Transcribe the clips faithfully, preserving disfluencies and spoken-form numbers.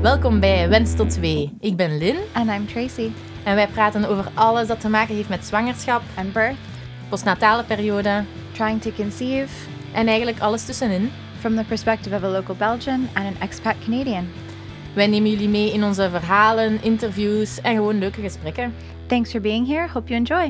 Welkom bij Wens tot twee. Ik ben Lynn. And I'm Tracy. En wij praten over alles dat te maken heeft met zwangerschap, And birth. postnatale periode Trying to conceive. en eigenlijk alles tussenin. From the perspective of a local Belgian and an expat Canadian. Wij nemen jullie mee in onze verhalen, interviews en gewoon leuke gesprekken. Thanks for being here. Hope you enjoy.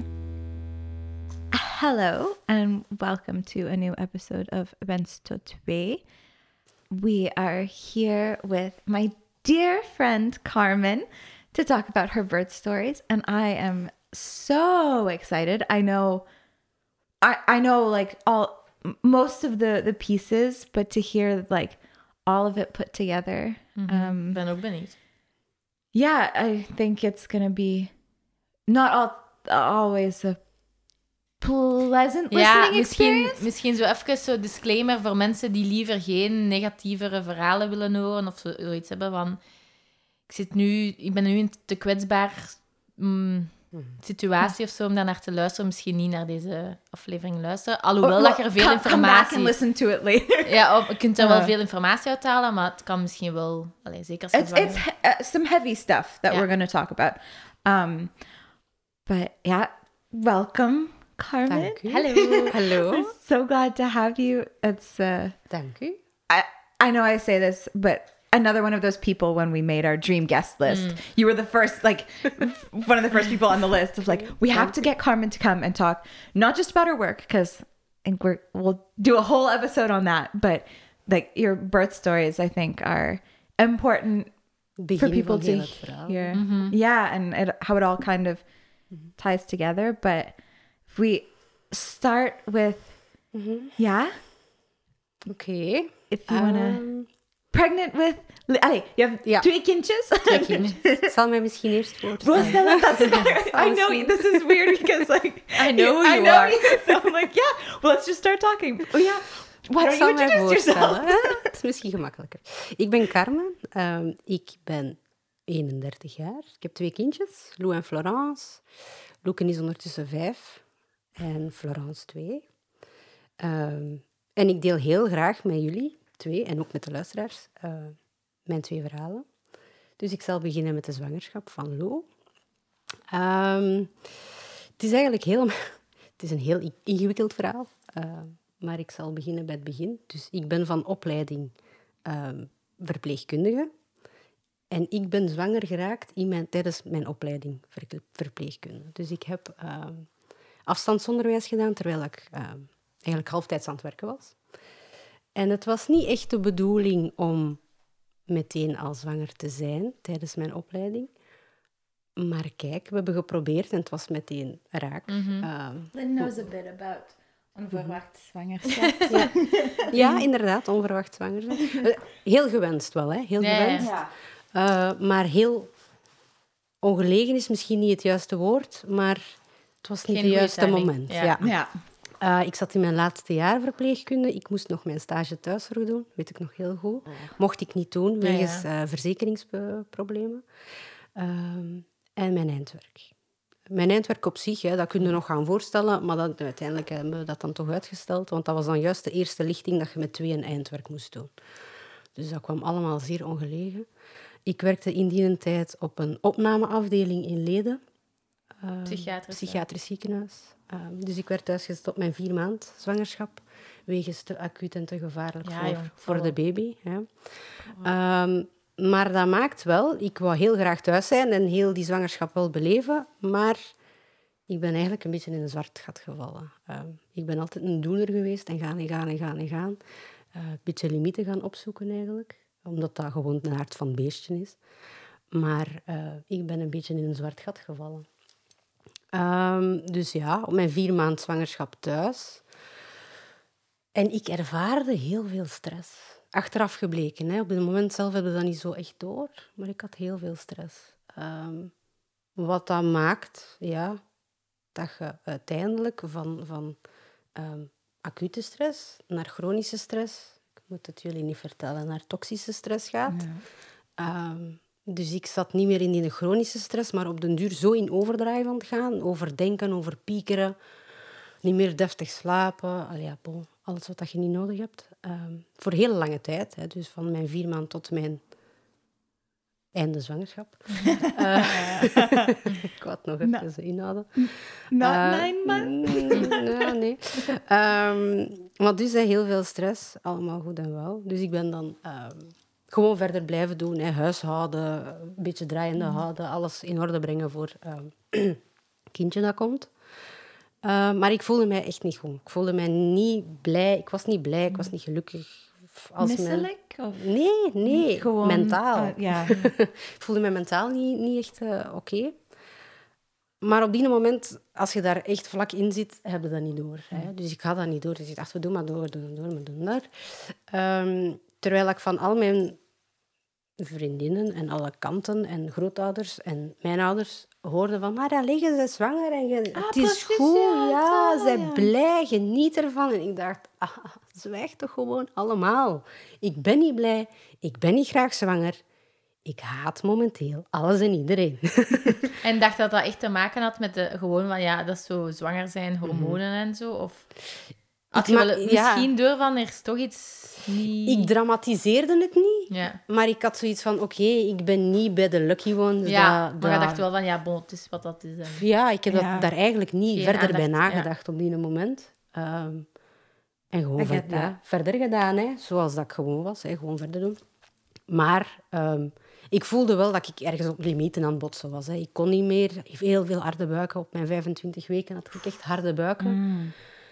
Hello and welcome to a new episode of Wens tot twee. We are here with my dear friend Carmen to talk about her birth stories, and I am so excited. I know, I I know like all most of the the pieces, but to hear like all of it put together, Mm-hmm. um, Ik ben ook benieuwd. yeah, I think it's gonna be not all always a pleasant listening Ja, misschien, experience. misschien zo even zo'n disclaimer voor mensen die liever geen negatievere verhalen willen horen of zo, zoiets hebben van... Ik, zit nu, ik ben nu in een te kwetsbaar mm, situatie of zo om daar naar te luisteren. Misschien niet naar deze aflevering luisteren. Alhoewel Oh, dat je er veel come, come back informatie... and listen to it later. Ja, of, je kunt er wel Uh. veel informatie uithalen, maar het kan misschien wel... Allee, zeker als je It's zwanger it's he- uh, some heavy stuff that Yeah. we're going to talk about. Um, but yeah, welcome, Carmen. Dank u. Hallo. Hallo. We're so glad to have you. It's uh, Dank u. I I know I say this, but another one of those people when we made our dream guest list. You were the first, like, one of the first people on the list of like, we have to get Carmen to come and talk, not just about her work, because I think we're we'll do a whole episode on that, but like your birth stories, I think, are important Begin for people van to heel het verhaal. hear. Yeah, and it, how it all kind of ties together. But if we start with, yeah, Oké. if you want to. Ehm, Pregnant with... Allee, you have Ja. twee kindjes. ik zal mij misschien eerst voorstellen. Voorstellen, that's I know Misschien. this is weird because like... I know who I you know are. you, so I'm like, yeah, well, let's just start talking. Oh yeah, why Ik don't zal you mij introduce voorstellen. yourself? Het is misschien gemakkelijker. Ik ben Carmen. Ehm, ik ben eenendertig jaar. Ik heb twee kindjes, Lou en Florence. Loeke is ondertussen vijf en Florence twee. Ehm, en ik deel heel graag met jullie twee en ook met de luisteraars eh, mijn twee verhalen. Dus ik zal beginnen met de zwangerschap van Lou. Ehm, het is eigenlijk heel... Het is een heel i- ingewikkeld verhaal, eh, maar ik zal beginnen bij het begin. Dus ik ben van opleiding ehm, verpleegkundige. En ik ben zwanger geraakt in mijn, tijdens mijn opleiding ver- verpleegkunde. Dus ik heb ehm, afstandsonderwijs gedaan, terwijl ik ehm, eigenlijk halftijds aan het werken was. En het was niet echt de bedoeling om meteen al zwanger te zijn tijdens mijn opleiding. Maar kijk, we hebben geprobeerd en het was meteen raak. Ehm, Lynn knows a bit about onverwacht zwangerschap. ja, inderdaad, onverwacht zwanger zijn. Eh, Heel gewenst wel, hè? Heel Ja, ja. gewenst. Eh, maar heel ongelegen is misschien niet het juiste woord, maar het was niet Geen het goede juiste timing. moment. Ja. Ja. Ja. Eh, ik zat in mijn laatste jaar verpleegkunde. Ik moest nog mijn stage thuiszorg doen, weet ik nog heel goed. Mocht ik niet doen, Ja, ja. wegens eh, verzekeringsproblemen. Ehm, en mijn eindwerk. Mijn eindwerk op zich, hè, dat kun je nog gaan voorstellen, maar dat, uiteindelijk hebben we dat dan toch uitgesteld, want dat was dan juist de eerste lichting dat je met twee een eindwerk moest doen. Dus dat kwam allemaal zeer ongelegen. Ik werkte in die tijd op een opnameafdeling in Leden. Ehm, Psychiatrisch, Psychiatrisch ziekenhuis. Ehm, dus ik werd thuisgezet op mijn vier maand zwangerschap, wegens te acuut en te gevaarlijk Ja, voor, jong, voor zal de baby. Ja. Ehm, maar dat maakt wel, ik wou heel graag thuis zijn en heel die zwangerschap wel beleven, maar ik ben eigenlijk een beetje in een zwart gat gevallen. Ehm, ik ben altijd een doener geweest en gaan en gaan en gaan en gaan. Eh, een beetje limieten gaan opzoeken eigenlijk, omdat dat gewoon een aard van het beestje is. Maar eh, ik ben een beetje in een zwart gat gevallen. Ehm, dus ja, op mijn vier maand zwangerschap thuis. En ik ervaarde heel veel stress. Achteraf gebleken. Hè. Op het moment zelf hebben we dat niet zo echt door. Maar ik had heel veel stress. Ehm, wat dat maakt, ja, dat je uiteindelijk van, van ehm, acute stress naar chronische stress, ik moet het jullie niet vertellen, naar toxische stress gaat. Ehm, dus ik zat niet meer in die chronische stress, maar op den duur zo in overdrive aan het gaan. Overdenken, overpiekeren, niet meer deftig slapen. Allee, ja, bon, alles wat je niet nodig hebt. Um, voor heel lange tijd. Hè, dus van mijn vier maand tot mijn einde zwangerschap. uh, ik wou het nog even no. inhouden. Not uh, nine months? Ja, nee. Um, maar dus hè, heel veel stress, allemaal goed en wel. Dus ik ben dan um, gewoon verder blijven doen. Hè, huishouden, een beetje draaiende mm. houden, alles in orde brengen voor um, kindje dat komt. Uh, maar ik voelde mij echt niet goed. Ik voelde mij niet blij. Ik was niet blij, ik was niet gelukkig. Als Misselijk? Mijn... Of? Nee, nee. Gewoon, mentaal. Uh, yeah. Ik voelde mij mentaal niet, niet echt uh, oké. Okay. Maar op die moment, als je daar echt vlak in zit, heb je dat niet door. Hè? Dus ik had dat niet door. Dus ik dacht, we doen maar door, doen door, maar doen door. Um, terwijl ik van al mijn vriendinnen en alle kanten en grootouders en mijn ouders hoorde van, maar liggen ze zwanger en je, ah, het is goed, ja, ja, zij ja. blij, geniet ervan. En ik dacht, ah, zwijg toch gewoon allemaal. Ik ben niet blij, ik ben niet graag zwanger. Ik haat momenteel alles en iedereen. En dacht dat dat echt te maken had met de, gewoon van, ja, dat is zo zwanger zijn, hormonen mm-hmm. en zo? Of had je wel ma- misschien ja. door van, er is toch iets niet... Ik dramatiseerde het niet, ja. maar ik had zoiets van, oké, okay, ik ben niet bij de lucky ones. Ja, dat, maar je dat... dacht wel van, ja, bon, het is wat dat is. En... Ja, ik heb ja. dat, daar eigenlijk niet Geen verder aandacht, bij nagedacht ja. op die moment. Um, en gewoon ver, ja, verder gedaan, hè, zoals dat ik gewoon was. Hè, gewoon verder doen. Maar um, ik voelde wel dat ik ergens op limieten aan het botsen was. Hè. Ik kon niet meer. Heel veel harde buiken. Op mijn vijfentwintig weken had ik echt harde buiken. Mm.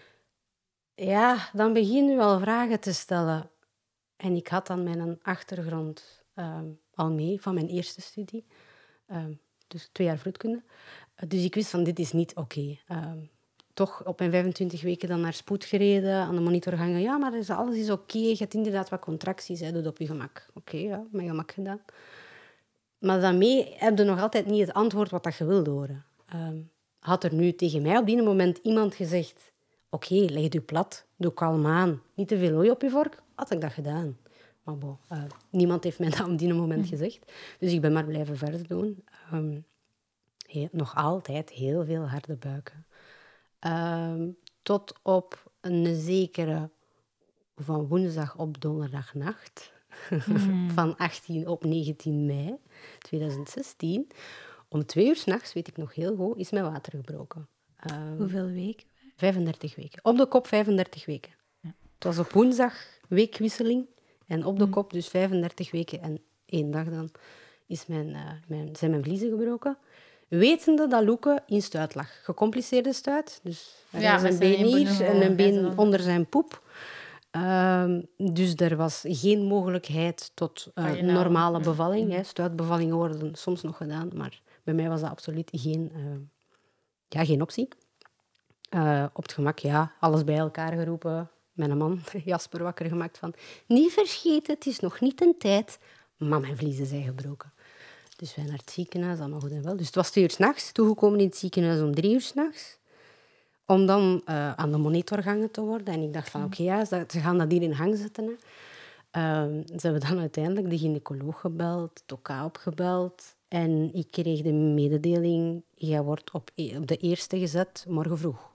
Ja, dan begin je wel vragen te stellen. En ik had dan mijn achtergrond um, al mee van mijn eerste studie. Um, dus twee jaar vroedkunde. Uh, dus ik wist van, dit is niet oké. Okay. Um, toch op mijn vijfentwintig weken dan naar spoed gereden, aan de monitor hangen. Ja, maar is, alles is oké. Okay. Je hebt inderdaad wat contracties. Hè. Doe het op je gemak. Oké, okay, ja, op mijn gemak gedaan. Maar daarmee heb je nog altijd niet het antwoord wat dat je wilde horen. Um, had er nu tegen mij op die moment iemand gezegd... Oké, okay, leg het je plat. Doe kalm aan. Niet te veel olie op je vork. Had ik dat gedaan. Maar bon, uh, niemand heeft mij dat op die moment gezegd. Dus ik ben maar blijven verder doen. Um, heel, nog altijd heel veel harde buiken. Um, tot op een zekere... Van woensdag op donderdagnacht... Mm. van achttien op negentien mei tweeduizend zestien. Om twee uur 's nachts, weet ik nog heel goed, is mijn water gebroken. Um, Hoeveel weken? vijfendertig weken. Op de kop vijfendertig weken. Ja. Het was op woensdag weekwisseling. En op de mm. kop dus vijfendertig weken. En één dag dan is mijn, uh, mijn, zijn mijn vliezen gebroken. Wetende dat Loeke in stuit lag. Gecompliceerde stuit. Dus er ja, is een been hier en een been onder zijn poep. Uh, dus er was geen mogelijkheid tot uh, nou, normale bevalling. Hè. Stuitbevallingen worden soms nog gedaan, maar bij mij was dat absoluut geen, uh, ja, geen optie. Uh, op het gemak, ja, alles bij elkaar geroepen. Mijn man, Jasper, wakker gemaakt van... Niet verscheten, het is nog niet een tijd. Maar mijn vliezen zijn gebroken. Dus wij naar het ziekenhuis, allemaal goed en wel. Dus het was twee uur 's nachts, toegekomen in het ziekenhuis om drie uur 's nachts. Om dan uh, aan de monitor gehangen te worden. En ik dacht van, oké, okay, ja, ze gaan dat hier in hang zetten. Hè. Uh, ze hebben dan uiteindelijk de gynaecoloog gebeld, T O K A opgebeld. En ik kreeg de mededeling, jij wordt op, e- op de eerste gezet morgen vroeg.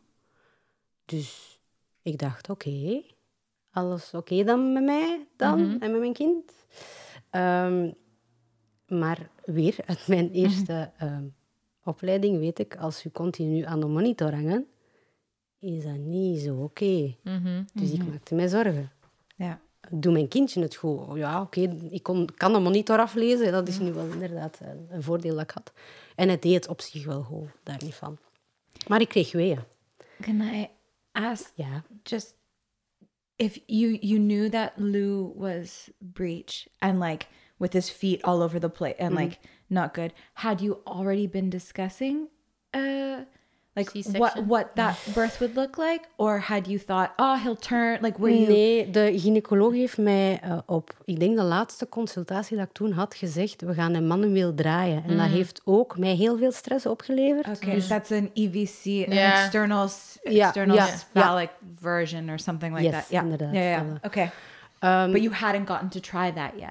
Dus ik dacht, oké, okay, alles oké okay dan met mij dan mm-hmm. en met mijn kind. Um, maar weer uit mijn eerste mm-hmm. um, opleiding weet ik, als je continu aan de monitor hangen, is dat niet zo oké. Okay. Mm-hmm. Dus mm-hmm. ik maakte mij zorgen. Ja. Doe mijn kindje het goed? Ja, oké, okay, ik kon, kan de monitor aflezen. Dat is nu wel inderdaad een, een voordeel dat ik had. En het deed op zich wel goed, daar niet van. Maar ik kreeg weeën. Can I ask, yeah. just if you, you knew that Lou was breech and like with his feet all over the place and mm-hmm. like not good, had you already been discussing uh like C-section? what what that birth would look like, or had you thought, oh, he'll turn, like were you... Nee, de gynaecoloog heeft mij uh, op, ik denk de laatste consultatie dat ik toen had, gezegd, we gaan een mannenwiel draaien. En mm. dat heeft ook mij heel veel stress opgeleverd. Oké, okay, dus... that's an E V C, an yeah. external, external ja, phallic ja. version or something like yes, that. Yeah, inderdaad. yeah, yeah. Okay. Um, but you hadn't gotten to try that yet.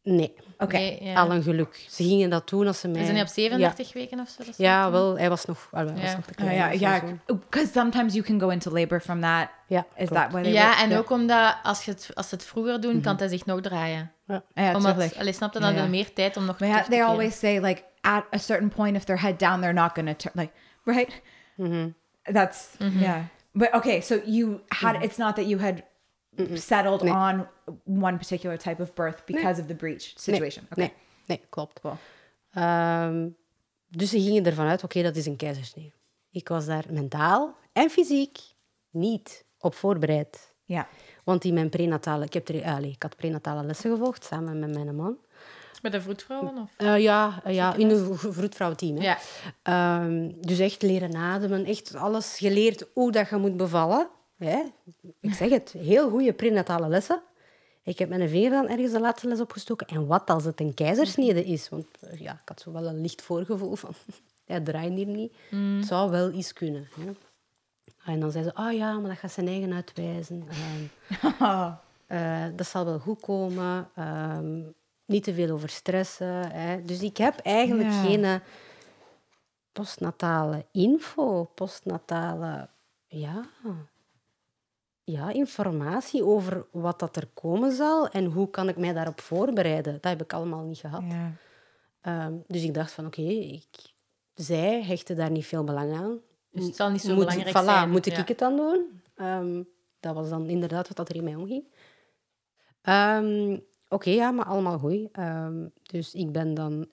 Nee, Oké. Nee, ja. al een geluk. Ze gingen dat doen als ze mij... Is het niet op zevenendertig weken of zo? Dat is Ja, dat wel, hij was nog, hij was Ja. nog te Oh, klein. ja, was ja. zo. Because sometimes you can go into labor from that. Ja, Is klopt. that why they Ja, were- en Ja. ook omdat als, je het, als ze het vroeger doen, kan hij zich nog draaien. Ah, ja, Omdat, tuurlijk. allee, snap je, Ja, dan ja. hebben we meer tijd om nog But terug yeah, te they keren. always say, like, at a certain point, if they're head down, they're not going to turn. Like, right? Mhm. That's, yeah. But okay, so you had, it's not that you had settled Nee. on one particular type of birth because of the breech situation. Okay. Nee, nee, klopt. Cool. Ehm, dus ze gingen ervan uit, oké, dat is een keizersnee. Ik was daar mentaal en fysiek niet op voorbereid. Ja. Want in mijn prenatale... Ik, heb er, allee, ik had prenatale lessen gevolgd, samen met mijn man. Met de vroedvrouwen? Of? Eh, ja, eh, ja, in een v- vroedvrouwteam. Hè. Ja. Ehm, dus echt leren ademen, echt alles geleerd hoe dat je moet bevallen. Hè. Ik zeg het, heel goede prenatale lessen. Ik heb mijn vinger dan ergens de laatste les opgestoken. En wat als het een keizersnede is? Want eh, ja, ik had zo wel een licht voorgevoel van... Hij draait hier niet. Het zou wel eens kunnen. Hè. En dan zei ze, oh ja, maar dat gaat zijn eigen uitwijzen. Ehm, eh, dat zal wel goed komen. Ehm, niet te veel over stressen. Hè. Dus ik heb eigenlijk Ja. geen eh, postnatale info, postnatale ja, ja, informatie over wat dat er komen zal en hoe kan ik mij daarop voorbereiden. Dat heb ik allemaal niet gehad. Ja. Ehm, dus ik dacht van, oké, ik zij hechten daar niet veel belang aan. Dus het zal niet zo Moet- belangrijk voilà, zijn. moet ik Ja. het dan doen? Ehm, dat was dan inderdaad wat dat er in mij omging. Ehm, Oké, ja, maar allemaal goed. Ehm, dus ik ben dan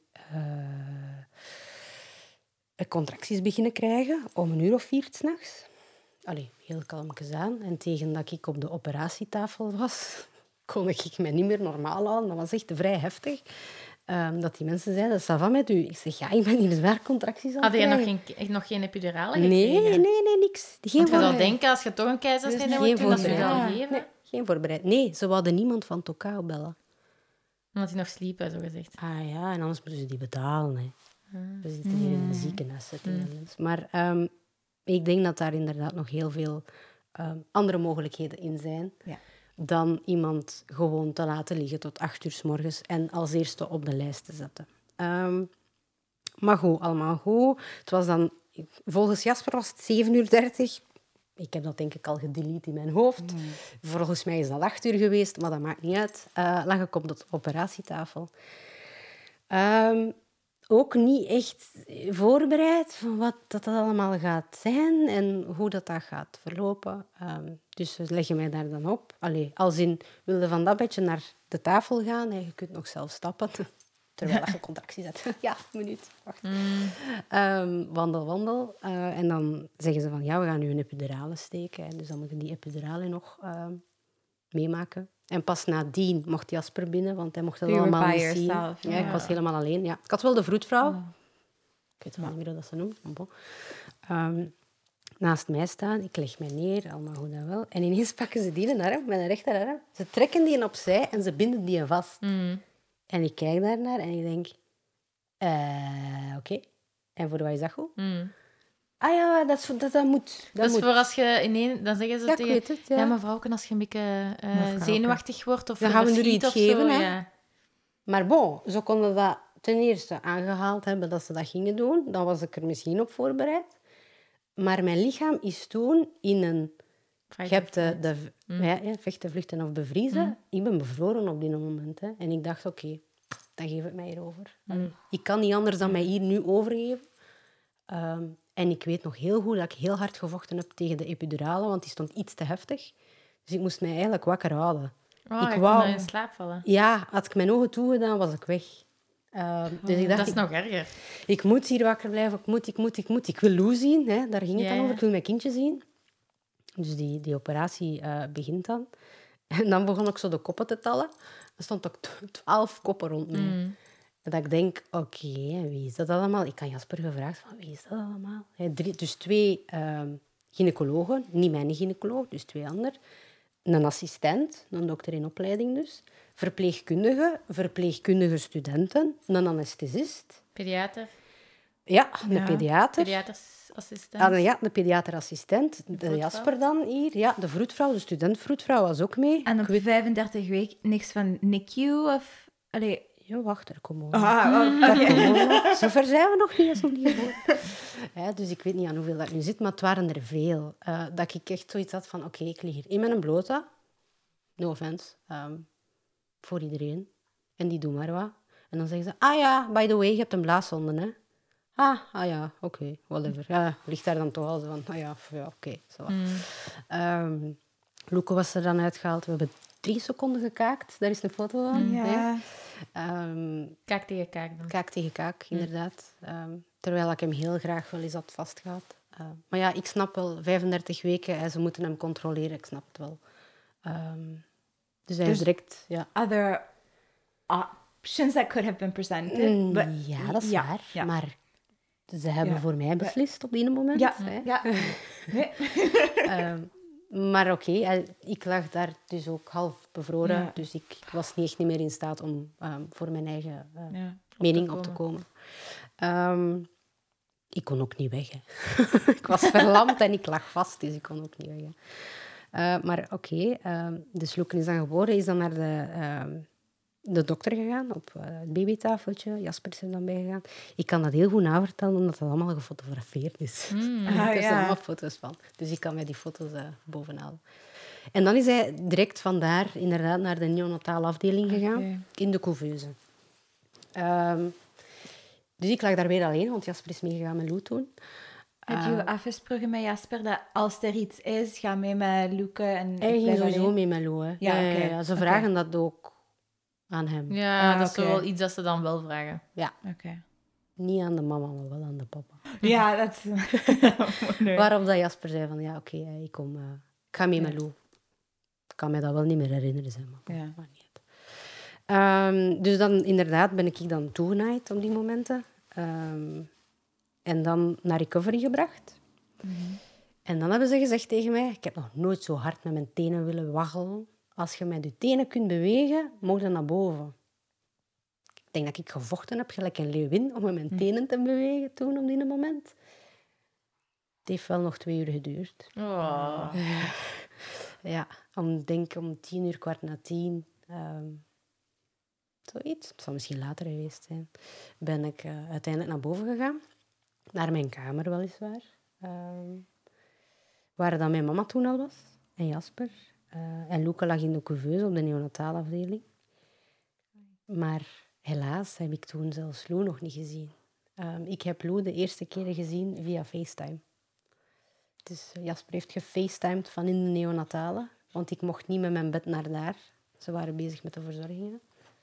eh, contracties beginnen krijgen om een uur of vier 's nachts. Allee, heel kalmjes aan. En tegen dat ik op de operatietafel was, kon ik mij niet meer normaal houden. Dat was echt vrij heftig. Ehm, dat die mensen zeiden, ça va met u? Ik zeg, ja, ik ben hier zwaar contracties aan het Had jij nog krijgen. geen, echt nog geen epidurale Nee, gekregen? nee, nee, niks. Geen Want je zou voorbereiding. denken, als je toch een keizersnede Dus moet geen doen, dat ze je dat voorbereiding. geven. Nee, geen voorbereiding. Nee, ze wilden niemand van Tokao bellen. Omdat die nog sliepen, zo gezegd. Ah ja, en anders moeten ze die betalen. Hè. We zitten hier in een ziekenhuis. Mm. Maar um, ik denk dat daar inderdaad nog heel veel um, andere mogelijkheden in zijn. Ja. Dan iemand gewoon te laten liggen tot acht uur 's morgens en als eerste op de lijst te zetten. Um, maar goed, allemaal goed. Het was dan, volgens Jasper was het zeven uur dertig. Ik heb dat denk ik al gedelete in mijn hoofd. Mm. Volgens mij is dat acht uur geweest, maar dat maakt niet uit. Uh, lag ik op de operatietafel. Um, ook niet echt voorbereid van wat dat allemaal gaat zijn en hoe dat, dat gaat verlopen. Um, dus ze leggen mij daar dan op. Allee, als in, wilde van dat bedje naar de tafel gaan en je kunt nog zelf stappen. Terwijl je contractie zet. Ja, een minuut. Wacht. Mm. Um, wandel, wandel. Uh, en dan zeggen ze van, ja, we gaan nu een epidurale steken. En dus dan moeten die epidurale nog uh, meemaken. En pas nadien mocht Jasper binnen, want hij mocht dat You allemaal were niet by zien. yourself, Ja, yeah. ik was helemaal alleen. Ja. Ik had wel de vroedvrouw. Oh. Ik weet wel niet meer hoe dat ze noemt. Bon. Um, naast mij staan. Ik leg mij neer, allemaal goed en wel. En ineens pakken ze die een arm, mijn rechterarm. Ze trekken die opzij en ze binden die vast. Mm. En ik kijk daarnaar en ik denk... Uh, Oké. Okay. En voor wat is dat goed? Mm. Ah ja, dat, is, dat, dat moet. Dat, dat is moet. voor als je ineen... Dan zeggen ze Ja, tegen... Het, ja. ja, mevrouw, als je een beetje uh, zenuwachtig wordt of dan gaan we nu verschiet iets of geven, zo. hè? Ja. Maar bon, ze konden dat ten eerste aangehaald hebben dat ze dat gingen doen. Dan was ik er misschien op voorbereid. Maar mijn lichaam is toen in een... Fight je hebt de, of de mm. ja, ja, vechten, vluchten of bevriezen. Mm. Ik ben bevroren op die moment. Hè. En ik dacht, oké, okay, dan geef ik mij hierover. Mm. Ik kan niet anders dan mij hier nu overgeven. Um, en ik weet nog heel goed dat ik heel hard gevochten heb tegen de epidurale, want die stond iets te heftig. Dus ik moest mij eigenlijk wakker houden. Oh, ik ik wou... kon in slaap vallen. Ja, had ik mijn ogen toegedaan, was ik weg. Uh, dus ik dacht, dat is ik, nog erger. Ik moet hier wakker blijven, ik moet, ik moet, ik moet. Ik wil Lou zien, hè. Daar ging het ja, dan over. ja. Ik wil mijn kindje zien. Dus die, die operatie uh, begint dan. En dan begon ik zo de koppen te tellen. Er stond ook twaalf koppen rond mij. Mm. En dat ik denk, oké, okay, wie is dat allemaal? Ik had Jasper gevraagd, van, wie is dat allemaal? He, drie, dus twee uh, gynaecologen, niet mijn gynaecoloog, dus twee anderen. Een assistent, een dokter in opleiding dus. Verpleegkundige, verpleegkundige studenten, een anesthesist. Pediater. Ja, een ja. pediater. Pediatersassistent. Ah, ja, de pediaterassistent. De, de Jasper dan hier. Ja, de vroedvrouw, de studentvroedvrouw was ook mee. En op vijfendertig weken niks van N I C U of... Allee, Ja, wacht, er komt ook. ah, Daar oké. komt ook nog. Zover zijn we nog niet, dat is nog niet geboren. Ja, dus ik weet niet aan hoeveel dat nu zit, maar het waren er veel. Uh, dat ik echt zoiets had van, oké, okay, ik lig hier in mijn blote. No offense. Um, voor iedereen. En die doen maar wat. En dan zeggen ze, ah ja, by the way, je hebt een blaaszonde, hè. Ah, ah ja, oké, okay, whatever. Ja, ligt daar dan toch al zo van, ah ja, ja oké. Okay, mm. um, Loeke was er dan uitgehaald. We hebben drie seconden gekaakt. Daar is een foto van. Ja. Um, kaak tegen kaak dan. Kaak tegen kaak, inderdaad. Mm. Um, terwijl ik hem heel graag wel eens had vastgehad. Uh, maar ja, ik snap wel, vijfendertig weken, hè, ze moeten hem controleren, ik snap het wel. Um, dus hij is direct... Ja. Other options that could have been presented. Mm, but, ja, dat is ja, waar. ja. Maar ze hebben ja. voor mij beslist op die moment. Ja, hè. ja. um, maar oké, okay, ik lag daar dus ook half bevroren. Ja. Dus ik was niet echt niet meer in staat om um, voor mijn eigen uh, ja, op mening te op te komen. Um, ik kon ook niet weg. Hè. Ik was verlamd en ik lag vast, dus ik kon ook niet weg. Hè. Uh, maar oké, okay, um, dus Loeken is dan geboren, is dan naar de... Um, de dokter gegaan, op uh, het babytafeltje. Jasper is er dan bij gegaan. Ik kan dat heel goed navertellen, omdat dat allemaal gefotografeerd is. Mm. Ah, er zijn ja. allemaal foto's van. Dus ik kan mij die foto's uh, bovenhalen. En dan is hij direct vandaar inderdaad naar de neonatale afdeling gegaan, okay. in de couveuse. Um, dus ik lag daar weer alleen, want Jasper is meegegaan met Lou toen. Heb je uh, afgesproken met Jasper dat als er iets is, ga mee met Loeke? En hij ging sowieso alleen? mee met Lou. Hè. Ja, ja, okay. ja, ze okay. vragen dat ook aan hem. Ja, ah, dat okay. is wel iets dat ze dan wel vragen. Ja. Okay. Niet aan de mama, maar wel aan de papa. Ja, dat is... Waarop dat Jasper zei van, ja, oké, okay, ik kom... Uh, ik ga mee ja. met Lou. Ik kan mij dat wel niet meer herinneren, zeg maar. Ja. maar niet. Um, dus dan, inderdaad, ben ik dan toegenaaid op die momenten. Um, en dan naar recovery gebracht. Mm-hmm. En dan hebben ze gezegd tegen mij, ik heb nog nooit zo hard met mijn tenen willen waggelen. Als je met je tenen kunt bewegen, mag je naar boven. Ik denk dat ik gevochten heb, gelijk een leeuwin, om met mijn tenen te bewegen toen, op die moment. Het heeft wel nog twee uur geduurd. Oh. Ja, om, denk om tien uur, kwart na tien, um, zoiets, het zal misschien later geweest zijn, ben ik uh, uiteindelijk naar boven gegaan. Naar mijn kamer, weliswaar. Um, waar dan mijn mama toen al was, en Jasper. Uh, en Loeke lag in de couveuse op de neonatale afdeling. Maar helaas heb ik toen zelfs Lou nog niet gezien. Um, ik heb Lou de eerste keer gezien via FaceTime. Dus Jasper heeft gefacetimed van in de neonatale, want ik mocht niet met mijn bed naar daar. Ze waren bezig met de verzorgingen.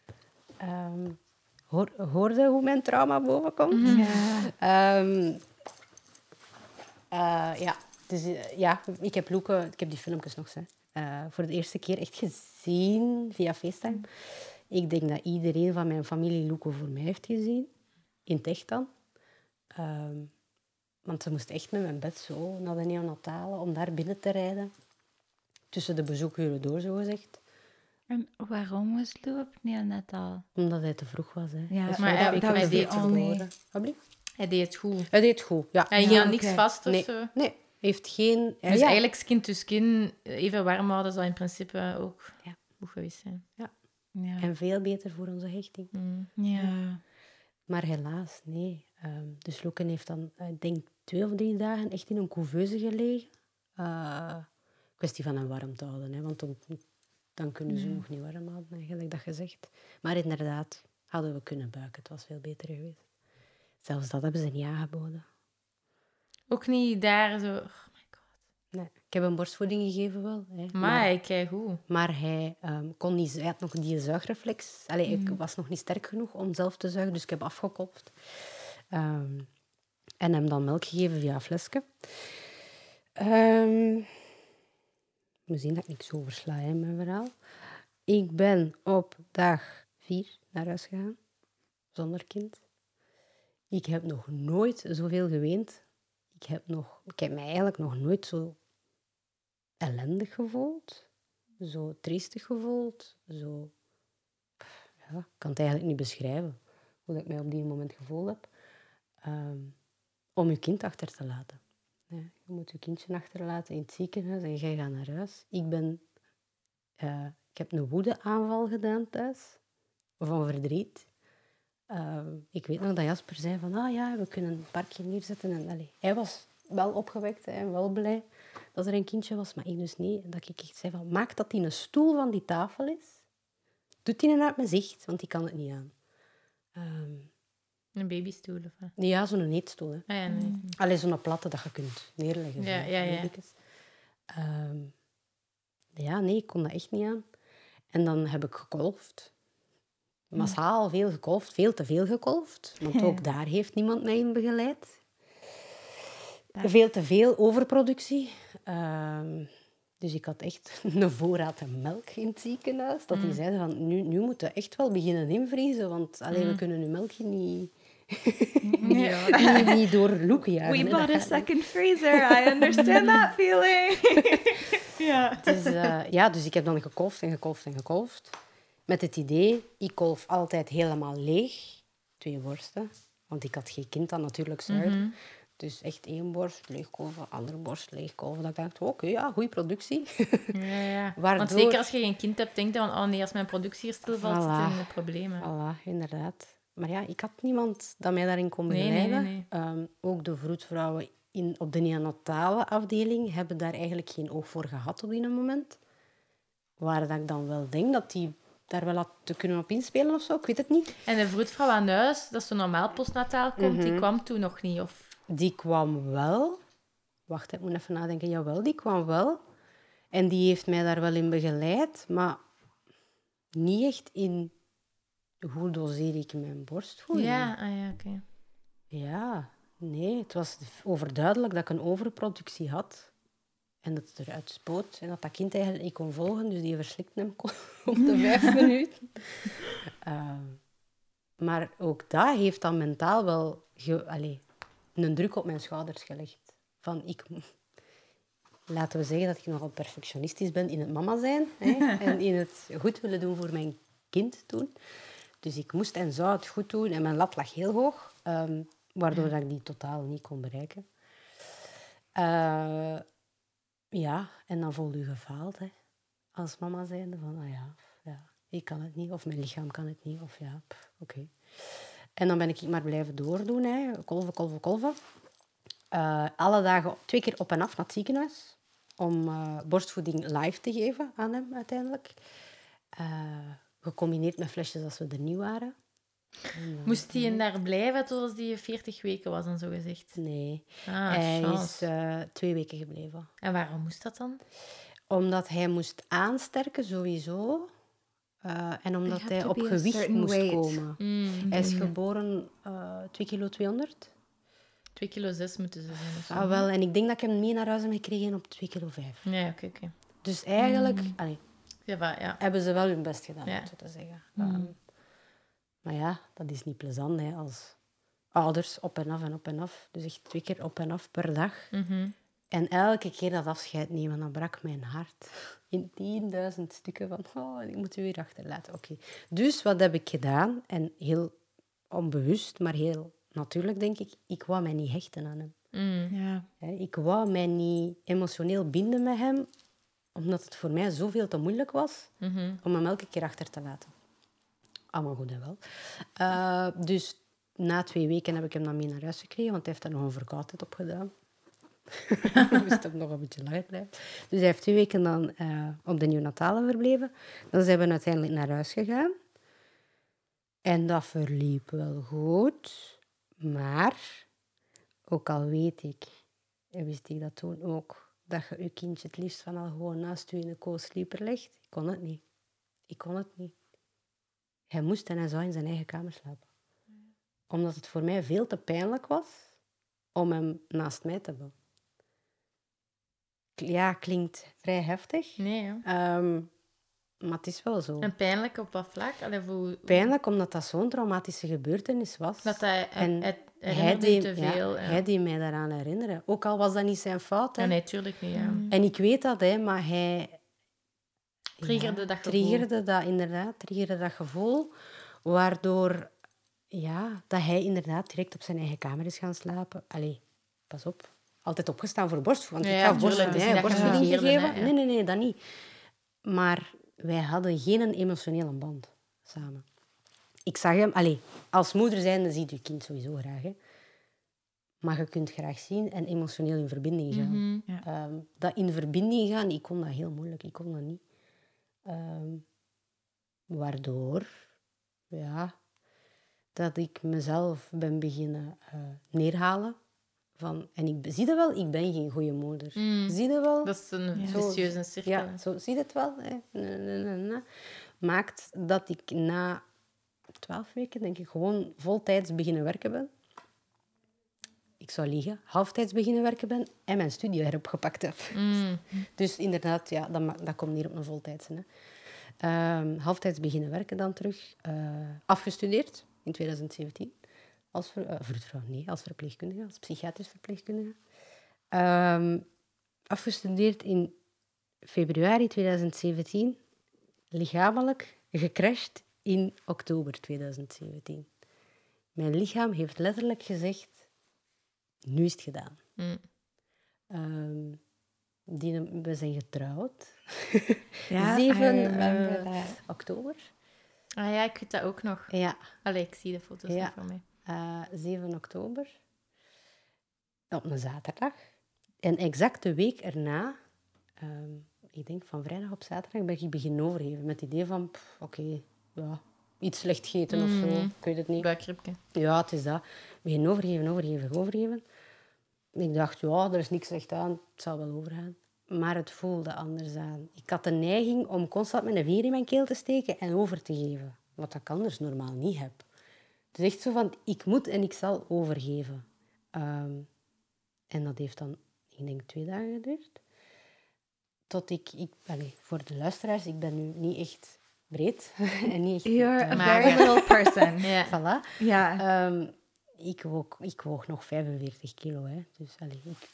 Um, hoor, hoorde hoe mijn trauma bovenkomt? Ja. Um, uh, ja, dus, uh, ja, ik heb Loeke, ik heb die filmpjes nog hè, uh, voor de eerste keer echt gezien via FaceTime. Ik denk dat iedereen van mijn familie Loeke voor mij heeft gezien. In het echt dan. Um, want ze moest echt met mijn bed zo naar de neonatale om daar binnen te rijden. Tussen de bezoekuren door, zo gezegd. En waarom was Lou op neonataal? Omdat hij te vroeg was. Hè. Ja, maar hij, dat hij deed only... Hij deed het goed. Hij deed het goed, ja. Hij hield ja, niks okay. vast of nee. zo? Nee, heeft geen... Dus ja. eigenlijk skin to skin even warm houden zou in principe ook ja. goed geweest zijn. Ja. ja. En veel beter voor onze hechting. Mm. Ja. ja. Maar helaas, nee. Um, dus Loeken heeft dan, ik denk, twee of drie dagen echt in een couveuse gelegen. Uh, kwestie van hem warm te houden, hè, want dan, dan kunnen ze ja. nog niet warm houden, eigenlijk dat gezegd. Maar inderdaad, hadden we kunnen buiken. Het was veel beter geweest. Zelfs dat hebben ze niet aangeboden. Ook niet daar zo... Oh my god. Nee, ik heb hem borstvoeding gegeven wel. Hè, maar, maar kijk hoe. Maar hij, um, kon niet, hij had nog die zuigreflex. Allee, mm. Ik was nog niet sterk genoeg om zelf te zuigen, dus ik heb afgeklopt. Um, en hem dan melk gegeven via een flesje. Um, ik moet zien dat ik niks zo versla in mijn verhaal. Ik ben op dag vier naar huis gegaan, zonder kind. Ik heb nog nooit zoveel geweend. Ik heb, nog, ik heb mij eigenlijk nog nooit zo ellendig gevoeld. Zo triestig gevoeld. Zo... Ja, ik kan het eigenlijk niet beschrijven hoe ik mij op die moment gevoeld heb. Um, om je kind achter te laten. Ja, je moet je kindje achterlaten in het ziekenhuis en jij gaat naar huis. Ik ben... Uh, ik heb een woedeaanval gedaan thuis. van verdriet. Uh, ik weet nog dat Jasper zei van, ah ja, we kunnen een parkje neerzetten. En, allee, hij was wel opgewekt hè, en wel blij dat er een kindje was, maar ik dus niet. Dat ik echt zei van, maak dat die een stoel van die tafel is. Doet die uit mijn zicht, want die kan het niet aan. Um, een babystoel of wat? Ja, zo'n eetstoel. Hè. Ah, ja, nee. Allee, zo'n platte dat je kunt neerleggen. Ja, zo, ja, ja. Um, ja, nee, ik kon dat echt niet aan. En dan heb ik gekolfd. Massaal veel gekolfd, veel te veel gekolfd. Want ook daar heeft niemand mij in begeleid. Ja. Veel te veel overproductie. Um, dus ik had echt een voorraad melk in het ziekenhuis. Dat mm. die zeiden van, nu, nu moeten we echt wel beginnen invriezen. Want allee, mm. we kunnen uw melkje niet... ja. niet, niet door loeken jagen. We bought a second freezer. I understand that feeling. ja. Dus, uh, ja, dus ik heb dan gekolfd en gekolfd en gekolfd. Met het idee, ik kolf altijd helemaal leeg. Twee borsten. Want ik had geen kind dan natuurlijk zuiver. Mm-hmm. Dus echt één borst leegkolven, andere borst leegkolven. Dat ik dacht, oké, okay, ja, goede productie. Ja, ja. Waardoor... Want zeker als je geen kind hebt, denk je van, oh nee, als mijn productie hier stilvalt, voilà. zitten we in de problemen. Voilà, inderdaad. Maar ja, ik had niemand dat mij daarin kon begeleiden. Nee, nee, nee, nee. Um, ook de vroedvrouwen in, op de neonatale afdeling hebben daar eigenlijk geen oog voor gehad op die moment. Waar dat ik dan wel denk dat die daar wel had te kunnen op inspelen of zo, ik weet het niet. En de vroedvrouw aan huis, dat zo normaal postnataal komt, mm-hmm. die kwam toen nog niet? Of... Die kwam wel. Wacht, ik moet even nadenken. Jawel, die kwam wel. En die heeft mij daar wel in begeleid, maar niet echt in hoe doseer ik mijn borstvoeding. Ja, ah, ja, oké. Okay. Ja, nee, het was overduidelijk dat ik een overproductie had. En dat het eruit spoot. En dat dat kind eigenlijk niet kon volgen. Dus die verslikte hem op de vijf minuten. Uh, maar ook dat heeft dan mentaal wel ge, allez, een druk op mijn schouders gelegd. Van, ik, laten we zeggen dat ik nogal perfectionistisch ben in het mama zijn. Hè, en in het goed willen doen voor mijn kind toen. Dus ik moest en zou het goed doen. En mijn lat lag heel hoog. Um, waardoor dat ik die totaal niet kon bereiken. Uh, Ja, en dan voel je gefaald, hè. Als mama zijnde van, ah ja, ja, ik kan het niet, of mijn lichaam kan het niet, of ja, oké. Okay. En dan ben ik maar blijven doordoen, hè. Kolven, kolven, kolven. Uh, alle dagen twee keer op en af naar het ziekenhuis, om uh, borstvoeding live te geven aan hem, uiteindelijk. Uh, gecombineerd met flesjes als we er niet waren. En, uh, Moest hij daar blijven tot hij veertig weken was, dan zo gezegd? Nee. Ah, hij chance. is uh, twee weken gebleven. En waarom moest dat dan? Omdat hij moest aansterken, sowieso. Uh, en omdat hij op gewicht moest weight. komen. Mm, hij is geboren uh, twee kilo tweehonderd. twee kilo zes moeten ze zijn. Of zo. Ah, wel. En ik denk dat ik hem mee naar huis heb gekregen op twee kilo vijf. Ja, oké, okay, oké. Okay. Dus eigenlijk mm. allee, ja, maar, ja. hebben ze wel hun best gedaan, ja. om zo te zeggen. Mm. Um, maar ja, dat is niet plezant, hè, als ouders op en af en op en af. Dus echt twee keer op en af per dag. Mm-hmm. En elke keer dat afscheid nemen, dan brak mijn hart in tienduizend stukken van, oh, ik moet u weer achterlaten. Oké. Okay. Dus wat heb ik gedaan? En heel onbewust, maar heel natuurlijk, denk ik, ik wou mij niet hechten aan hem. Mm. Ja. Ik wou mij niet emotioneel binden met hem, omdat het voor mij zoveel te moeilijk was mm-hmm. om hem elke keer achter te laten. Allemaal goed en wel. Uh, dus na twee weken heb ik hem dan mee naar huis gekregen, want hij heeft daar nog een verkoudheid op gedaan. Ik moest hem nog een beetje langer blijven. Dus hij heeft twee weken dan uh, op de neonatale verbleven. Dan zijn we uiteindelijk naar huis gegaan. En dat verliep wel goed. Maar, ook al weet ik, en wist ik dat toen ook, dat je je kindje het liefst van al gewoon naast je in de co-sleeper legt. Ik kon het niet. Ik kon het niet. Hij moest en hij zou in zijn eigen kamer slapen. Omdat het voor mij veel te pijnlijk was om hem naast mij te hebben. Ja, klinkt vrij heftig. Nee, ja. Um, maar het is wel zo. En pijnlijk op wat vlak? Allee, hoe... Pijnlijk omdat dat zo'n traumatische gebeurtenis was. Dat hij, en hij, hij, hij, deed, te veel. Ja, ja. hij deed mij daaraan herinneren. Ook al was dat niet zijn fout. Hè. Ja, nee, tuurlijk niet. Ja. Mm. En ik weet dat, hè, maar hij... Triggerde ja, dat gevoel. Triggerde dat, inderdaad. Triggerde dat gevoel. Waardoor ja, dat hij inderdaad direct op zijn eigen kamer is gaan slapen. Allee, pas op. Altijd opgestaan voor borstvoeding. Want ja, ik gaf borst, ja, borstvoeding ja. gegeven. Ja. Nee, nee, nee, dat niet. Maar wij hadden geen emotionele band samen. ik zag hem... Allee, als moeder zijnde ziet je kind sowieso graag. Hè. Maar je kunt graag zien en emotioneel in verbinding gaan. Mhm. Ja. Um, dat in verbinding gaan, ik kon dat heel moeilijk. Ik kon dat niet. Um, waardoor... Ja... dat ik mezelf ben beginnen uh, neerhalen. Van, en ik zie dat wel, ik ben geen goede moeder. Mm. Zie je wel? Dat is een Ja. vicieuze cirkel. Ja, zo zie je het wel. Hè? Nee, nee, nee, nee. Maakt dat ik na twaalf weken, denk ik, gewoon voltijds beginnen werken ben. Ik zou liegen, halftijds beginnen werken ben en mijn studie heropgepakt heb. Mm. Dus inderdaad, ja, dat, ma- dat komt neer op een voltijdse. Hè. Um, halftijds beginnen werken dan terug. Uh, afgestudeerd in twintig zeventien. Als, ver, uh, vroedvrouw, nee, als verpleegkundige, als psychiatrisch verpleegkundige. Um, afgestudeerd in februari twintig zeventien. Lichamelijk gecrashed in oktober twintig zeventien. Mijn lichaam heeft letterlijk gezegd... Nu is het gedaan. Mm. Um, die, we zijn getrouwd. Ja, zeven I remember uh, that. oktober. Ah ja, ik weet dat ook nog. Ja. Allee, ik zie de foto's Ja. nog van mij. Uh, zeven oktober. Op een zaterdag. En exact de week erna... Um, ik denk van vrijdag op zaterdag ben ik beginnen overgeven. Met het idee van... Oké, okay, ja, iets slecht gegeten of zo. Mm. Ik weet het niet. Buikriepje. Ja, het is dat. Beginnen overgeven, overgeven, overgeven. Ik dacht, ja, er is niks slecht aan. Het zal wel overgaan. Maar het voelde anders aan. Ik had de neiging om constant mijn vinger in mijn keel te steken en over te geven. Wat ik anders normaal niet heb. Het is echt zo van, ik moet en ik zal overgeven. Um, en dat heeft dan, ik denk, twee dagen geduurd. Tot ik... ik allez, voor de luisteraars, ik ben nu niet echt breed. en niet echt... You're a Mager. very little person. Ja. Voilà. Ja. Um, ik, woog, ik woog nog vijfenveertig kilo. Hè. Dus allez, ik...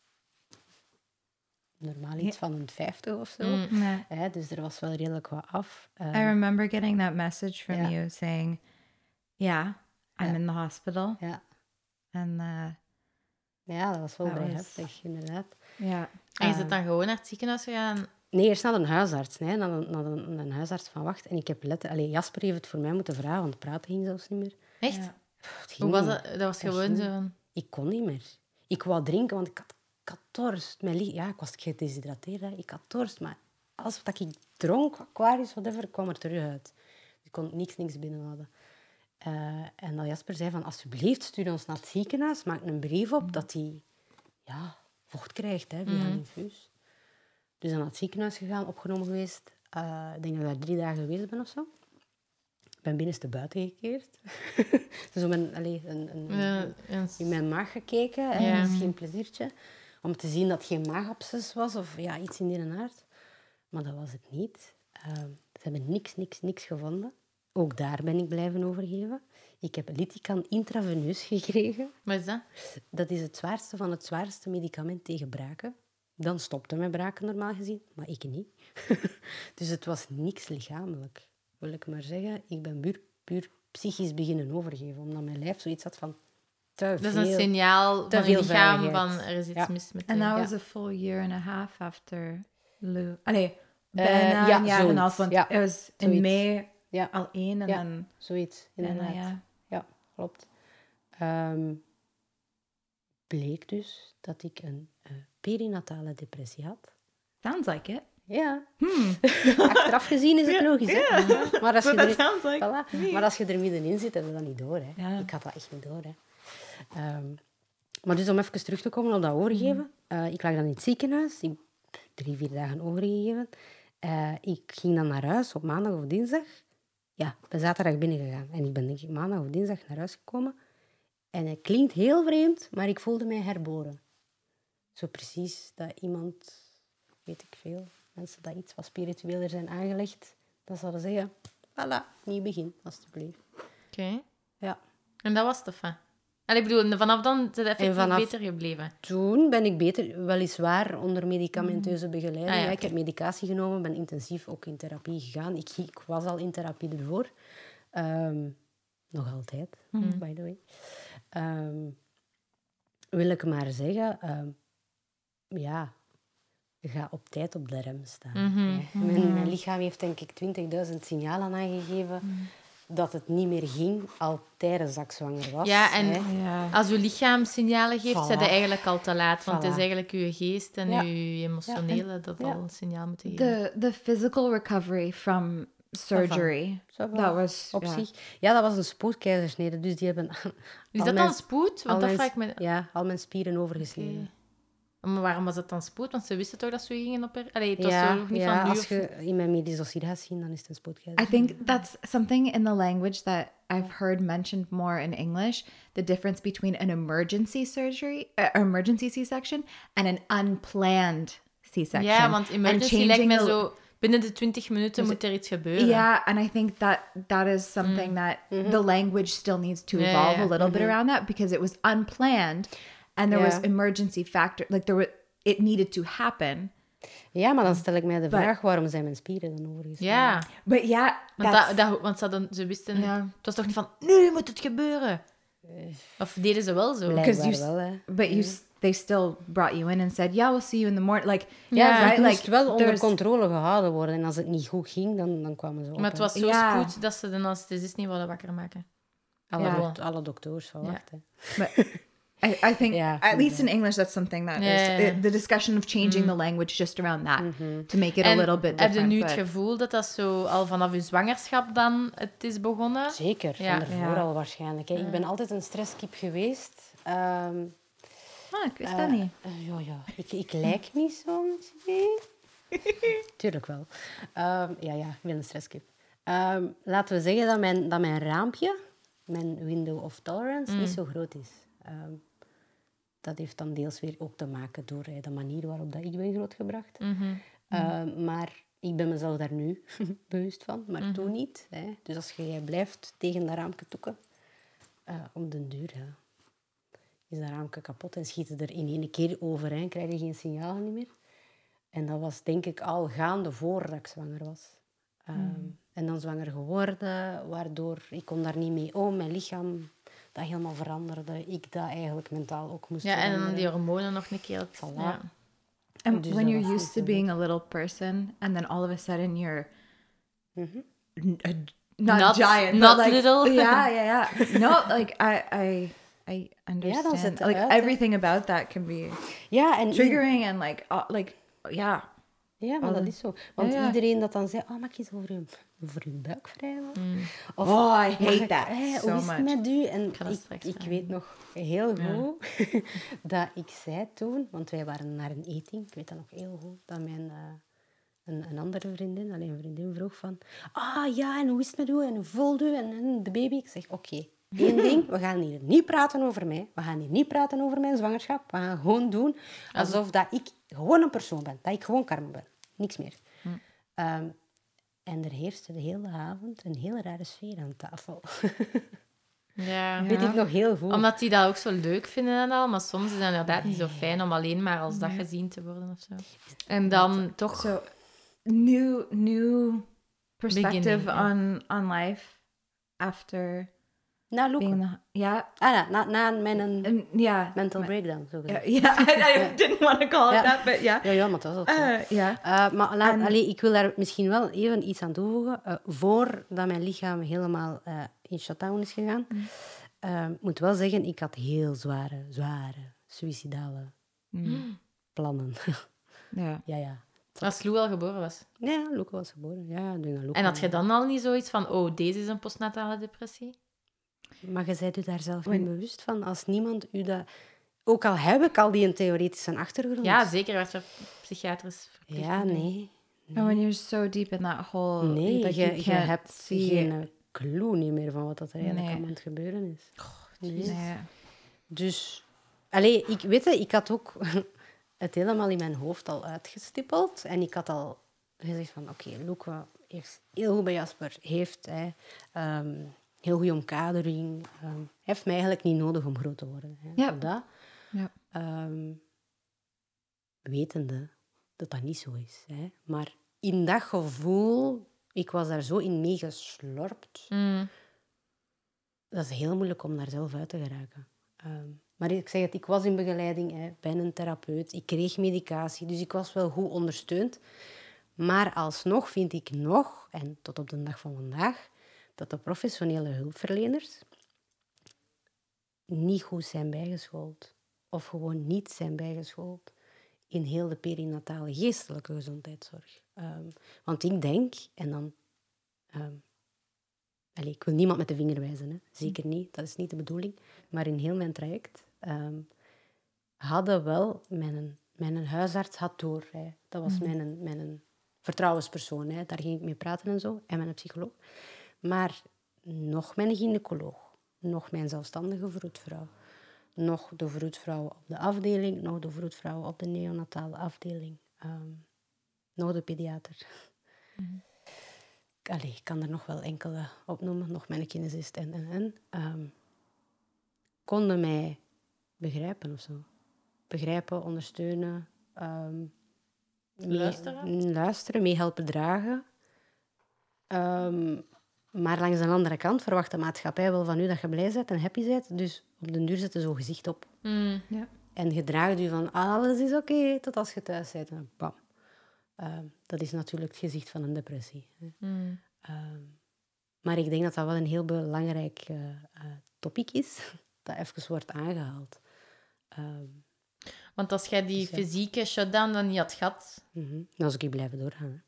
Normaal iets van een vijftig of zo. Mm. Nee. Hè, dus er was wel redelijk wat af. Um, I remember getting that message from Ja. you saying, yeah, I'm Ja. in the hospital. ja. And uh, ja, dat was wel Dat vrij was- heftig, inderdaad. yeah. En je Ah. zit dan gewoon naar het ziekenhuis gegaan? Nee, eerst naar een huisarts. Nee, naar, een, naar een, een huisarts van wacht. En ik heb let... Allee, Jasper heeft het voor mij moeten vragen, want praten ging zelfs niet meer. Echt? Ja. Pff, het ging Hoe was niet. dat? Dat was Dat gewoon ging zo van... Ik kon niet meer. Ik wou drinken, want ik had, ik had dorst. Mijn li- ja, ik was gedeshydrateerd. Hè. Ik had dorst, maar alles wat ik dronk, aquarius, whatever, kwam er terug uit. Ik kon niks, niks binnenhouden. Uh, en dat Jasper zei van, alsjeblieft, stuur ons naar het ziekenhuis. Maak een brief op dat hij ja, vocht krijgt hè, via Mhm. een infuus. Dus dan naar het ziekenhuis gegaan, opgenomen geweest. Uh, ik denk dat ik daar drie dagen geweest ben of zo. Ik ben binnenste buiten gekeerd. Zo mijn, allez, een, een, Ja, en- in mijn maag gekeken. Hè. Ja. Dat is geen pleziertje. Om te zien dat het geen maagabsces was of ja, iets in die aard. Maar dat was het niet. Uh, ze hebben niks, niks, niks gevonden. Ook daar ben ik blijven overgeven. Ik heb Litican intraveneus gekregen. Wat is dat? Dat is het zwaarste van het zwaarste medicament tegen braken. Dan stopte mijn braken normaal gezien, maar ik niet. Dus het was niks lichamelijk, wil ik maar zeggen. Ik ben puur, puur psychisch beginnen overgeven, omdat mijn lijf zoiets had van te Dat is veel. een signaal te van je veel lichaam veiligheid. van er is iets Ja. mis met je. And that Ja. was a full year and a half after Lou. Allee, Eh, bijna ja, een jaar en een half, zoiets. want Ja, het was in zoiets. mei Ja, al één en Ja. dan zoiets, bijna, inderdaad. ja. Ja, klopt. Um, bleek dus dat ik een uh, perinatale depressie had. Sounds like it. Ja. Achteraf gezien is het logisch, hè? Maar als, je er, sounds like voilà. Maar als je er middenin zit, heb je dat niet door, hè? Ja. Ik had dat echt niet door, hè? Um, maar dus om even terug te komen op dat overgeven. Uh, ik lag dan in het ziekenhuis. Ik heb drie, vier dagen overgegeven. Uh, ik ging dan naar huis op maandag of dinsdag. Ja, ik ben zaterdag binnengegaan. En ik ben denk ik maandag of dinsdag naar huis gekomen. En het klinkt heel vreemd, maar ik voelde mij herboren. Zo precies dat iemand, weet ik veel, mensen dat iets wat spiritueler zijn aangelegd, dat zouden zeggen, voilà, nieuw begin, alstublieft. Oké. Okay. Ja. En dat was het, hè? En ik bedoel, vanaf dan is het effectief vanaf- beter gebleven. Toen ben ik beter, weliswaar onder medicamenteuze begeleiding. Ah, ja, Ja, ik oké. heb medicatie genomen, ben intensief ook in therapie gegaan. Ik, ik was al in therapie ervoor. Um, nog altijd, Mhm. by the way. Um, wil ik maar zeggen, um, ja, ga op tijd op de rem staan. Mhm. Ja. Mijn, mijn lichaam heeft denk ik twintigduizend signalen aangegeven. dat het niet meer ging al tijdens dat ik zwanger was. Ja, en hè. Ja. als je lichaam signalen geeft, Voilà. zijn je eigenlijk al te laat. Want het is Voilà. eigenlijk je geest en Ja. je emotionele dat ja. al een signaal moeten geven. The the physical recovery from surgery. Ça va. That was Op ja. zich. Ja, dat was een spoedkeizersnede, dus die hebben... Is al dat dan mijn- spoed? al Want dat mijn- vraag ik me... Ja, al mijn spieren overgesneden. Oké. Maar waarom was dat dan spoed? Want ze wisten toch dat ze je gingen opereren? Allee, het was Ja, zo nog niet ja, van nu als of... je in mijn medisch dossier gaat zien, dan is het een spoedkeizer. I think that's something in the language that I've heard mentioned more in English. The difference between an emergency surgery, uh, emergency C-section, and an unplanned C-section. Ja, want And emergency lijkt changing me the- zo... Binnen de twintig minuten moet er iets gebeuren. Yeah, and I think that that is something that the language still needs to Yeah, evolve yeah, a little bit around that because it was unplanned, and there was Yeah. emergency factor, like there was, it needed to happen. Ja, maar dan stel ik mij de But- vraag, waarom zijn mijn spieren dan overgespannen? Ja, But yeah, want, that's, dat, dat, want ze, hadden, ze wisten... Ja. Het was toch niet van, nu moet het gebeuren. Of deden ze wel zo? Blijkbaar you s- wel, hè. but you, s- they still brought you in and said, "Yeah, we'll see you in the morning." Like, Ja, Ja, right? het moest Like, wel onder there's- controle gehouden worden. En als het niet goed ging, dan, dan kwamen ze op. Maar het hè. was zo Ja. spoed dat ze de anesthesist niet wilden wakker maken. Alle, Ja. dokt- alle dokters van Ja. wacht, hè. But I, I think, Yeah, at least in okay. English, that's something that is Yeah, yeah. uh, the discussion of changing the language just around that to make it a En little bit heb je different. nu het but- gevoel dat dat zo al vanaf je zwangerschap dan het is begonnen? Zeker, Ja. van ervoor Ja. al waarschijnlijk. Hè. Ik ben altijd een stresskip geweest. Ehm, Ah, ik wist eh, dat niet. eh, ja, ja. Ik, ik lijk niet zo misschien. Tuurlijk wel. Ehm, ja, ja, ik ben een stresskip. Ehm, laten we zeggen dat mijn, dat mijn raampje, mijn window of tolerance, niet zo groot is. Ehm, dat heeft dan deels weer ook te maken door eh, de manier waarop dat ik ben grootgebracht. Mhm. Ehm, maar ik ben mezelf daar nu bewust van, maar toen niet. Hè. Dus als je jij blijft tegen dat raampje toeken, eh, op den duur ja, is dat raampje kapot en schiet het er in één keer over. Hè. Krijg je geen signaal niet meer. En dat was denk ik al gaande voordat ik zwanger was. Ehm, En dan zwanger geworden, waardoor ik kon daar niet mee om. Mijn lichaam dat helemaal veranderde. Ik dat eigenlijk mentaal ook moest Ja, en dan veranderen. die hormonen nog een keer. Voilà. Ja. And dus when dat you're was used to niet zo being a little person, and then all of a sudden you're Mhm. n- a- not, Not- giant, not but like, little. Yeah, yeah, yeah. No, like I, I, I understand. zit het like uit, hè. everything about that can be Ja, en triggering and like, uh, like, yeah. Ja, maar dat is zo. Want Ja, ja. iedereen dat dan zei, oh, mag ik eens over uw, over uw buik wrijven? Of, Oh, I mag hate ik- that eh, so hoe is het much. met u? En ga dat ik, straks ik vragen. weet nog heel goed dat ik zei toen, want wij waren naar een eating, ik weet dat nog heel goed, dat mijn, eh, een, een andere vriendin, alleen een vriendin vroeg van, ah ja, en hoe is het met u? En hoe voelt u? En, en de baby? Ik zeg, oké, één ding, we gaan hier niet praten over mij. We gaan hier niet praten over mijn zwangerschap. We gaan gewoon doen alsof dat ik gewoon een persoon ben. Dat ik gewoon Carmen ben. Niks meer. Ehm, en er heerste de hele avond een hele rare sfeer aan tafel. Ja. Weet ik nog heel goed. Omdat die dat ook zo leuk vinden en al, maar soms is het inderdaad niet zo fijn om alleen maar als dat gezien te worden of zo. En dan toch... So, new, new perspective Beginning, yeah. on on life after Na Loeken. being the yeah, Ah, ja, na, na mijn and yeah, mental breakdown. Zo yeah, gezegd. yeah. I, I didn't want to call it Ja. that, but yeah, Ja, ja, maar dat is ook zo. uh, yeah. Uh, maar laat, En- allee, ik wil daar misschien wel even iets aan toevoegen. Uh, voordat mijn lichaam helemaal uh, in shutdown is gegaan, Mm. uh, ik moet wel zeggen, ik had heel zware, zware, suïcidale Mm. plannen. Yeah. ja, ja. Als Lou al geboren was. Ja, Luca was geboren. Ja, ik denk dat Luca- En had je dan al niet zoiets van, oh, deze is een postnatale depressie? Maar je bent u daar zelf niet bewust van. Als niemand u dat... Ook al heb ik al die een theoretische achtergrond. Ja, zeker. werd er psychiatrisch verplicht. Ja, nee. And when you're so deep in that hole, Nee, like je, you je can't hebt see. geen eh, clue niet meer van wat dat er eigenlijk Nee. aan het gebeuren is. Nee. Nee. Dus, allee, ik weet het, ik had ook het helemaal in mijn hoofd al uitgestippeld. En ik had al gezegd van, oké, okay, Luca heeft heel goed bij Jasper, heeft hij ehm, heel goede omkadering. ehm, hij heeft mij eigenlijk niet nodig om groot te worden. Hè, Ja. op dat. Ja. Ehm, wetende dat dat niet zo is. Hè. Maar in dat gevoel, ik was daar zo in meegeslorpt. Mm. Dat is heel moeilijk om daar zelf uit te geraken. Ehm, maar ik zeg het, ik was in begeleiding hè, bij een therapeut. Ik kreeg medicatie, dus ik was wel goed ondersteund. Maar alsnog vind ik nog, en tot op de dag van vandaag, dat de professionele hulpverleners niet goed zijn bijgeschoold. Of gewoon niet zijn bijgeschoold in heel de perinatale geestelijke gezondheidszorg. Um, want ik denk, en dan... Um, allez, ik wil niemand met de vinger wijzen, hè. Zeker niet, dat is niet de bedoeling. Maar in heel mijn traject um, hadden wel... Mijn, mijn huisarts had door. Hè. Dat was mm. mijn, mijn vertrouwenspersoon. Hè. Daar ging ik mee praten en zo. En mijn psycholoog. Maar nog mijn gynaecoloog. Nog mijn zelfstandige vroedvrouw. Nog de vroedvrouw op de afdeling. Nog de vroedvrouw op de neonatale afdeling. Um, nog de pediater. Mm. Allee, ik kan er nog wel enkele opnoemen. Nog mijn kinesist en, en, en. Um, konden mij begrijpen of zo. Begrijpen, ondersteunen. Um, mee, luisteren? Luisteren, mee helpen dragen. Um, maar langs de andere kant verwacht de maatschappij wel van u dat je blij bent en happy bent. Dus op den duur zet je zo gezicht op. Mm. Ja. En je draagt u van alles is oké, okay, tot als je thuis bent. En bam. Um, dat is natuurlijk het gezicht van een depressie. Hè. Mm. Um, maar ik denk dat dat wel een heel belangrijk uh, uh, topic is, dat even wordt aangehaald. Um, Want als jij die dus ja. fysieke shutdown dan niet had gehad... Mm-hmm. Dan zou ik blijven doorgaan. Hè.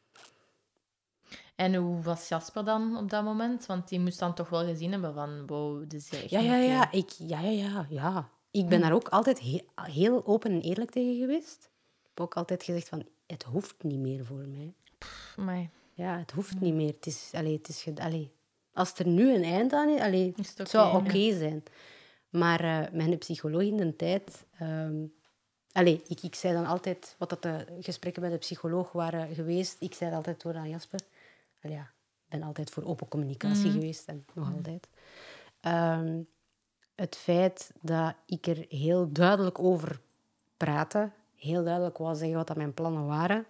En hoe was Jasper dan op dat moment? Want die moest dan toch wel gezien hebben van... Wow, dit is echt ja, ja, ja, ik, ja, ja, ja, ja. Ik ben hm. daar ook altijd he- heel open en eerlijk tegen geweest. Ik heb ook altijd gezegd van... Het hoeft niet meer voor mij. Pff, mij. Ja, het hoeft hm. niet meer. Het is, allee, het is, allee, als er nu een eind aan is... Allee, is het, het okay, zou oké okay ja. zijn. Maar uh, mijn psycholoog in de tijd... Um, allee, ik, ik zei dan altijd... Wat dat de gesprekken bij de psycholoog waren geweest... Ik zei altijd door aan Jasper... Allee, ja, ik ben altijd voor open communicatie mm. geweest. En nog mm. altijd. Um, het feit dat ik er heel duidelijk over praatte... Heel duidelijk wou zeggen wat dat mijn plannen waren...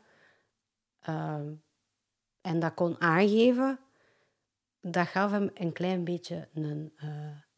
Um, en dat kon aangeven... Dat gaf hem een klein beetje een... Uh,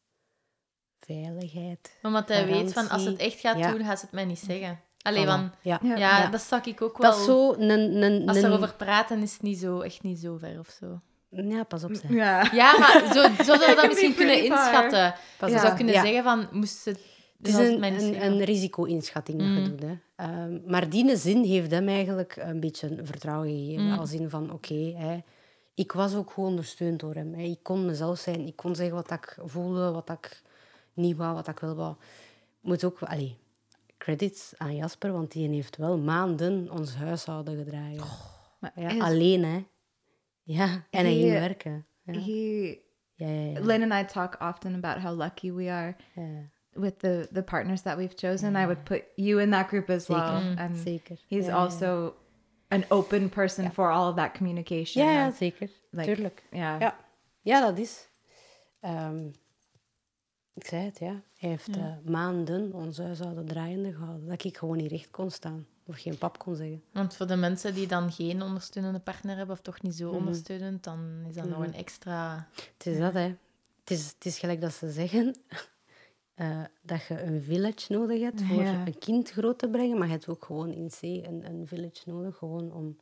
veiligheid. Omdat hij garantie. weet van, als het echt gaat ja. doen, gaat ze het mij niet zeggen. Allee, voilà. van, ja. Ja, ja, dat zag ik ook dat wel. Is zo een, een, als ze een... erover praten, is het niet zo, echt niet zo ver of zo. Ja, pas op. Zeg. Ja. ja, maar zo, zo zou je dat misschien kunnen inschatten. Pas je ja. zou kunnen ja. zeggen van, moest ze... Het is een, een, een risico-inschatting dat mm. je doet. Hè. Um, maar die zin heeft hem eigenlijk een beetje vertrouwen gegeven. Mm. Als in van, oké, okay, ik was ook goed ondersteund door hem. Hè. Ik kon mezelf zijn. Ik kon zeggen wat ik voelde, wat ik niet wou, wat ik wel wou. Moet ook... Allee, credits aan Jasper, want die heeft wel maanden ons huishouden gedragen. Oh, maar ja, is... Alleen, hè. Ja, en hij ging werken. Ja. He... Ja, ja, ja. Lynn and I talk often about how lucky we are yeah. with the, the partners that we've chosen. Yeah. I would put you in that group as Zeker. well. And Zeker. he's ja, also ja. an open person ja. for all of that communication. Ja, ja zeker. Like, tuurlijk. Yeah. Ja. ja, dat is... Um, ik zei het, ja. Hij heeft ja. uh, maanden ons huishouden draaiende gehouden. Dat ik gewoon niet recht kon staan. Of geen pap kon zeggen. Want voor de mensen die dan geen ondersteunende partner hebben, of toch niet zo mm-hmm. ondersteunend, dan is dat mm-hmm. nog een extra... Het is dat, hè. Het is, het is gelijk dat ze zeggen... Uh, dat je een village nodig hebt voor ja. een kind groot te brengen. Maar je hebt ook gewoon in C een, een village nodig, gewoon om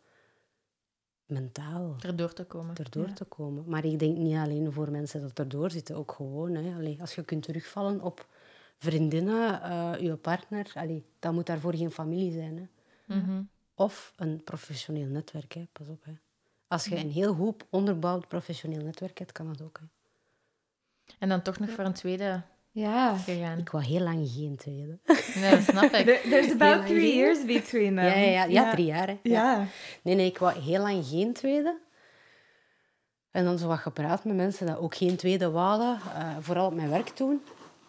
mentaal erdoor te komen. Erdoor ja. te komen. Maar ik denk niet alleen voor mensen dat erdoor zitten, ook gewoon. Hè. Allee, als je kunt terugvallen op vriendinnen, uh, je partner, allee, dat moet daarvoor geen familie zijn. Hè. Mm-hmm. Of een professioneel netwerk, hè. Pas op. Hè. Als je een heel goed onderbouwd professioneel netwerk hebt, kan dat ook. Hè. En dan toch nog voor een tweede... Ja. Gegaan. Ik wou heel lang geen tweede. Nee, dat snap ik. There, there's about three years between them. Ja, ja, ja, ja drie jaar. Hè. Ja. Ja. Nee, nee, ik wou heel lang geen tweede. En dan zo wat gepraat met mensen dat ook geen tweede wouden. Uh, vooral op mijn werk toen.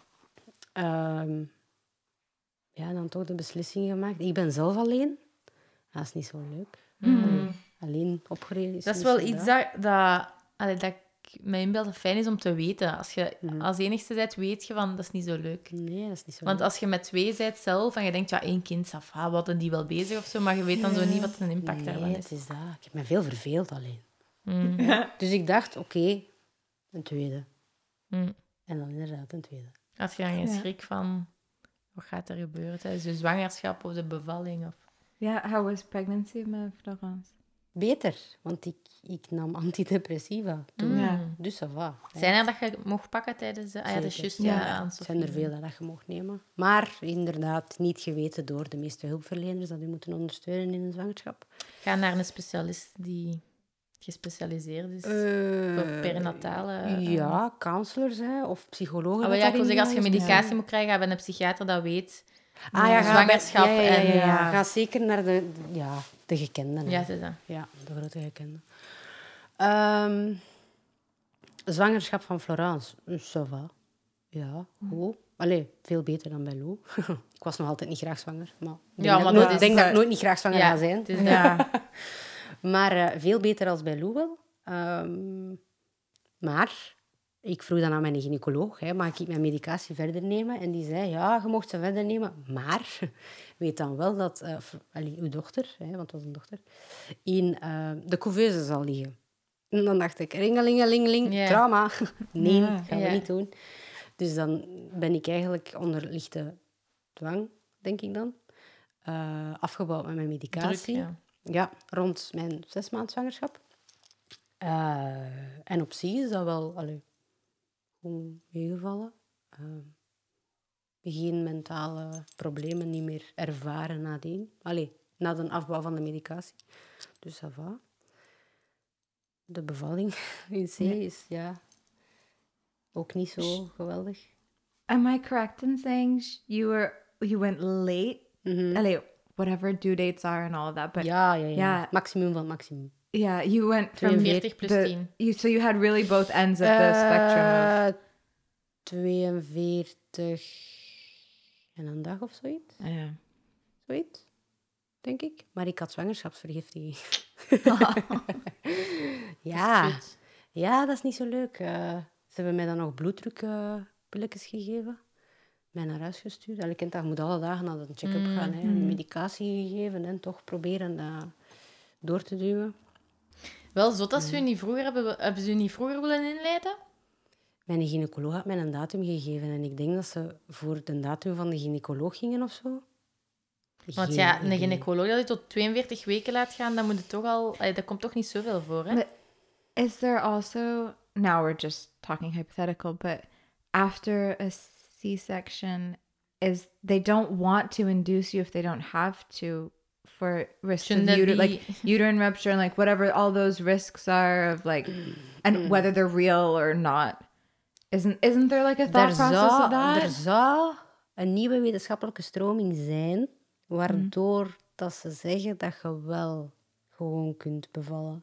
Um, ja, en dan toch de beslissing gemaakt. Ik ben zelf alleen. Dat is niet zo leuk. Mm. Alleen, alleen opgereden is Dat is wel iets dat... dat, allee, dat mijn inbeeld fijn is om te weten. Als je mm. als enigste bent, weet je van, dat is niet zo leuk. Nee, dat is niet zo Want leuk. als je met twee bent zelf en je denkt, ja, één kind, af, ah, wat die wel bezig of zo, maar je weet dan zo niet wat een impact nee, daarvan is. het is dat. Ik heb me veel verveeld alleen. Mm. Ja. Dus ik dacht, oké, okay, een tweede. Mm. En dan inderdaad een tweede. Had je dan geen schrik van, wat gaat er gebeuren tijdens de zwangerschap of de bevalling? Of... Ja, yeah, how was pregnancy met Florence? beter, want ik, ik nam antidepressiva toen. Ja. Dus ça va. hè. Zijn er dat je mocht pakken tijdens... de- Ah ja, dat is Zeker. juist, ja, Ja. aan Het Sophie. zijn er veel dat je mag nemen. Maar inderdaad niet geweten door de meeste hulpverleners dat u moeten ondersteunen in een zwangerschap. Ga naar een specialist die gespecialiseerd is. Eh, voor perinatale... eh, Ja, counselors hè, of psychologen. Ah, dat wel, ja, ik wil daarin zeggen, als je gaan. medicatie moet krijgen, ga bij een psychiater dat weet. Ah, ja, ga Zwangerschap bij- ja, ja, ja, ja, en- ja. Ga zeker naar de, ja, de gekenden. hè. Ja, het is dat. Ja, de grote gekenden. Ehm, zwangerschap van Florence. Ça va. Ja, goed. Allee, veel beter dan bij Lou. Ik was nog altijd niet graag zwanger. Maar ik denk, Ja, dat, maar ik nooit, dat is- denk dat ik nooit niet graag zwanger Ja, ga zijn. het is dat. Ja. Maar eh, veel beter als bij Lou wel. Ehm, maar ik vroeg dan aan mijn gynaecoloog, hè, mag ik mijn medicatie verder nemen? En die zei, ja, je mocht ze verder nemen. Maar weet dan wel dat eh, v- allee, uw dochter, hè, want het was een dochter, in eh, de couveuse zal liggen. En dan dacht ik, ringelingelingeling, Ja. trauma. Nee, Ja. gaan we Ja. niet doen. Dus dan ben ik eigenlijk onder lichte dwang, denk ik dan, eh, afgebouwd met mijn Druk, medicatie. ja. Ja, rond mijn zes maand zwangerschap. Eh, en op zich is dat wel allee, goed meegevallen. Eh, geen mentale problemen niet meer ervaren nadien. Allee, na de afbouw van de medicatie. Dus ça va. De bevalling in C is ja, ook niet zo geweldig. Am I correct in saying sh- you were you went late? Mhm. Allee, whatever due dates are and all of that, but Ja, ja, ja. ja. Maximum van maximum. yeah, you went from veertig plus the- tien. You, so you had really both ends of the spectrum of. Eh, tweeënveertig en een dag of zoiets. Yeah. Zoiets, denk ik. Maar ik had zwangerschapsvergiftiging. ja. Kut. ja, dat is niet zo leuk. Eh, ze hebben mij dan nog bloeddrukpilletjes gegeven. Mij naar huis gestuurd. Allee, kind, dat moet alle dagen naar een check-up gaan. Hè. Medicatie gegeven en toch proberen dat door te duwen. Wel, zot als ze u niet vroeger hebben... Hebben ze u niet vroeger willen inleiden? Mijn gynaecoloog had mij een datum gegeven. En ik denk dat ze voor de datum van de gynaecoloog gingen of zo. Want Geen ja, een idee. gynaecoloog dat je tot tweeënveertig weken laat gaan, dan moet het toch al... Allee, dat komt toch niet zoveel voor, hè? But is there also, now we're just talking hypothetical, but after a C-section, is they don't want to induce you if they don't have to for risks Shouldn't of that uter- be- like uterine rupture and like whatever all those risks are of like, and whether they're real or not. Isn't isn't there like a thought Er process zou, of that? er zou een nieuwe wetenschappelijke stroming zijn, waardoor dat ze zeggen dat je wel gewoon kunt bevallen.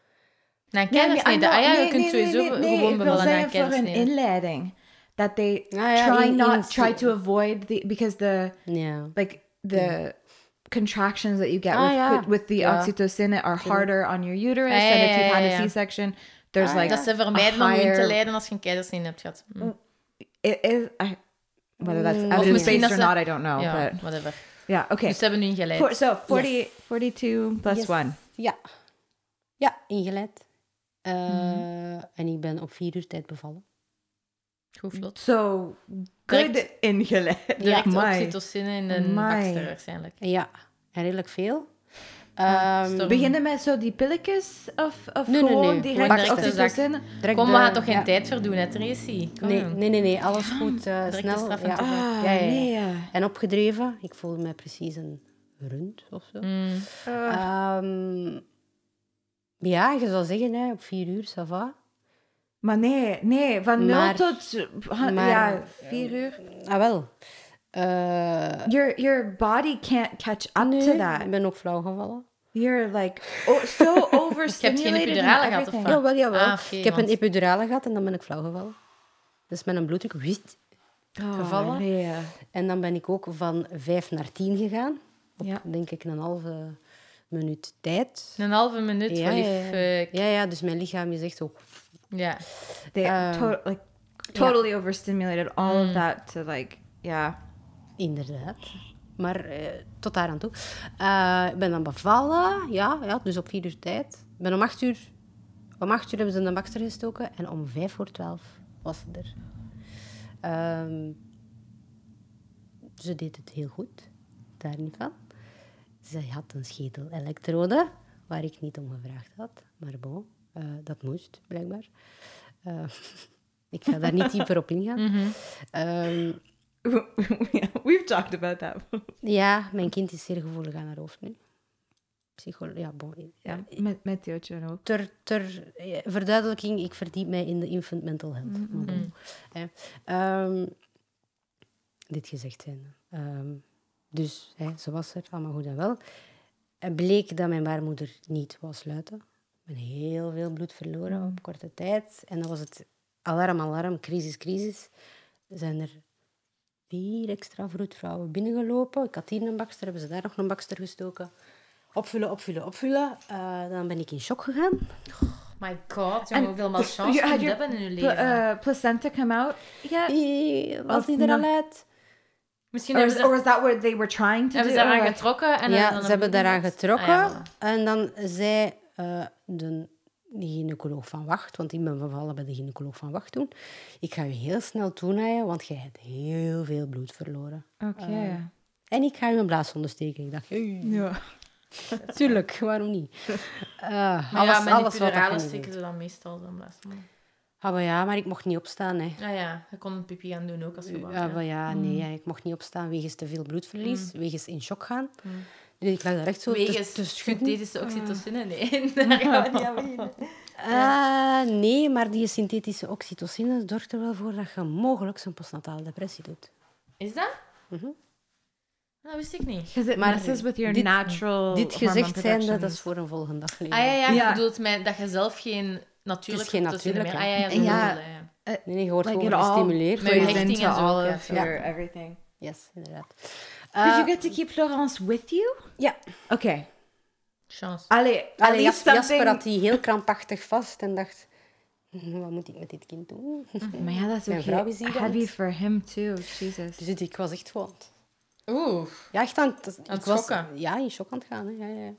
Na een Ja, keizersnede. nee, Ah ja, je nee, kunt nee, sowieso nee, nee, gewoon ik wil bevallen na een zeggen voor een keizersnede. inleiding. That they Ah, ja, try in- in- not, try to avoid the, because the, Ja. like the contractions that you get Ah, with, ja. with, with the Ja. oxytocin are harder on your uterus. Ah, ja, and if ja, you've had ja, a ja. C-section, there's Ah, like Dat ze vermijden a om u in te higher- lijden als je een keizersnede hebt gehad. Hm. it is, I, whether that's Mm, evidence misschien based dat or ze- not, I don't know. Ja, But whatever. yeah, okay. Dus ze hebben u ingeleid. For, so forty, Yes. forty-two plus Yes. one. Ja. Ja, ingeleid. Eh, Mhm. En ik ben op vier uur tijd bevallen. Goed vlot. So good Direct- ingeleid. Direct Amai. oxytocine in de Amai. bakster waarschijnlijk. Ja, en redelijk veel. Ah, Ehm, Storm. Beginnen met zo die pilletjes of, of Nee, nee, gewoon nee. direct Gewoon direct de zak. oxytocin? direct Kom, we de- gaan toch geen ja. tijd verdoen, hè, Tracy? Kom, Nee, jong. nee, nee, nee, alles goed. eh, Direct de snel. straf en Ja. toe. Ah, Ja, ja, ja. nee. ja. En opgedreven. Ik voelde me precies een rund of zo. Mm. Ah. Ehm, ja, je zou zeggen, hè, op vier uur, ça va. Maar nee, nee, van nul Maar- tot ha- maar- ja, vier uur. Ah, wel. Eh, Your, your body can't catch up nee, to that. ik ben ook flauw gevallen. You're like oh, so Je hebt geen overstimulated epidurale and gehad, of everything. wat? Jawel, jawel. Ah, oké, ik heb want- een epidurale gehad en dan ben ik flauw gevallen. Dus met een bloeddruk, wist. Oh, gevallen. nee. En dan ben ik ook van vijf naar tien gegaan. Op, Ja. denk ik, een halve minuut tijd. Een halve minuut, Ja, holy ja, ja. fuck. Ja, ja, dus mijn lichaam is echt ook... Ja. They Uh, to- like totally overstimulated all of that to like yeah. Inderdaad. Maar eh, tot daar aan toe. Eh, Ik ben dan bevallen, ja, ja, dus op vier uur tijd. Ik ben om acht uur... Om acht uur hebben ze in de bakster gestoken en om vijf voor twaalf was ze er. Ehm, ze deed het heel goed, daar niet van. Ze had een schedelelektrode waar ik niet om gevraagd had. Maar bon, uh, dat moest, blijkbaar. Uh, ik ga daar niet dieper op ingaan. Mm-hmm. Um, We've talked about that. Ja, mijn kind is zeer gevoelig aan haar hoofd nu. Psycho- ja, bon. Ja, met, met Jootje ook. Ter, ter eh, verduidelijking, ik verdiep mij in de infant mental health. Mm-hmm. Maar bon. Eh, um, dit gezegd zijn. Um, dus, hè, ze was er, allemaal goed en wel. Het bleek dat mijn baarmoeder niet wou sluiten. Ik ben heel veel bloed verloren mm. op korte tijd. En dan was het alarm, alarm, crisis, crisis. Er zijn er vier extra vroedvrouwen binnengelopen. Ik had hier een bakster, hebben ze daar nog een bakster gestoken. Opvullen, opvullen, opvullen. Uh, dan ben ik in shock gegaan. Oh my god, jongen, hoeveel malchance moet je hebben in je leven? Pl- uh, placenta come out yet? Yeah, was die er al uit? Misschien or, hebben is, ze... or is that what they were trying to hebben do? Ze daaraan like... getrokken en ja, dan ze hebben daaraan getrokken. Ah, ja, voilà. En dan zei uh, de gynaecoloog van Wacht, want ik ben bevallen bij de gynaecoloog van Wacht toen, ik ga je heel snel toenaaien, want jij hebt heel veel bloed verloren. Oké. Okay. Uh, en ik ga je een blaasonde steken. Ik dacht, hey. Ja. Tuurlijk, waarom niet? Uh, maar alles, ja, met alles die wat pudorale steken ze dan meestal zo'n blaasonde. Ah, maar ja, maar ik mocht niet opstaan. Hè. Ah ja, je kon een pipi gaan doen ook als je wou. Ja, maar ja, nee, mm. ja, ik mocht niet opstaan wegens te veel bloedverlies, mm. wegens in shock gaan. Mm. Dus ik lag daar echt zo wegens te, te schudden. synthetische oxytocine? Nee, daar gaan we niet aan beginnen. Uh, nee, maar die synthetische oxytocine zorgt er wel voor dat je mogelijk een postnatale depressie doet. Is dat? Mm-hmm. Dat wist ik niet. Because it maar messes with your dit, natural Dit gezegd zijnde, dat is voor een volgende aflevering. Ah ja, ja, ja. je bedoelt mij dat je zelf geen natuurlijk geen oxytocine meer... Ah ja, ja, zo ja. bedoel, ja. Nee, nee, je wordt like gewoon gestimuleerd. Met je plays hechting into en zo all ook, of ja. your everything. Yes, inderdaad. Did Uh, you get to keep Florence with you? Ja. Oké. Okay. Chance. Allee, Allee, Jas- Jasper something... had die heel krampachtig vast en dacht... Wat moet ik met dit kind doen? Maar ja, dat is Mijn ook vrouw is hier heavy dan. for him too. Jesus. Dus ik was echt gewoon... Oeh. Ja, echt aan het... Aan het ik was, schokken. Ja, in shock aan het gaan. Hè. Ja, ja.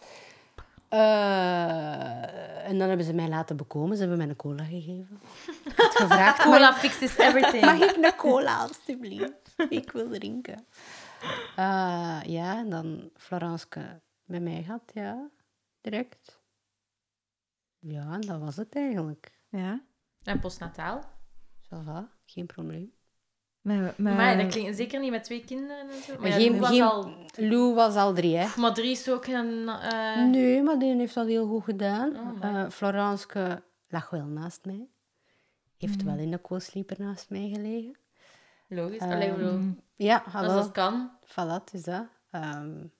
Uh, en dan hebben ze mij laten bekomen. Ze hebben mij een cola gegeven. Ik had gevraagd... Cola fixes everything. Mag ik een cola, alstublieft? Ik wil drinken. Uh, ja, en dan Florence met mij gehad, ja. Direct. Ja, en dat was het eigenlijk. Ja? En postnataal? Ça va, geen probleem. Maar, maar... Maar dat klinkt zeker niet met twee kinderen en zo. Maar Maar ja, geen, Lou was geen, al... Lou was al drie, hè. Maar drie is ook een... Uh... Nee, maar die heeft dat heel goed gedaan. Oh, uh, Florence lag wel naast mij. Heeft mm. wel in de co-sleeper naast mij gelegen. Logisch. Um, Allee, bedoel, ja, als hallo. dat kan. Voilà, is dat. Um,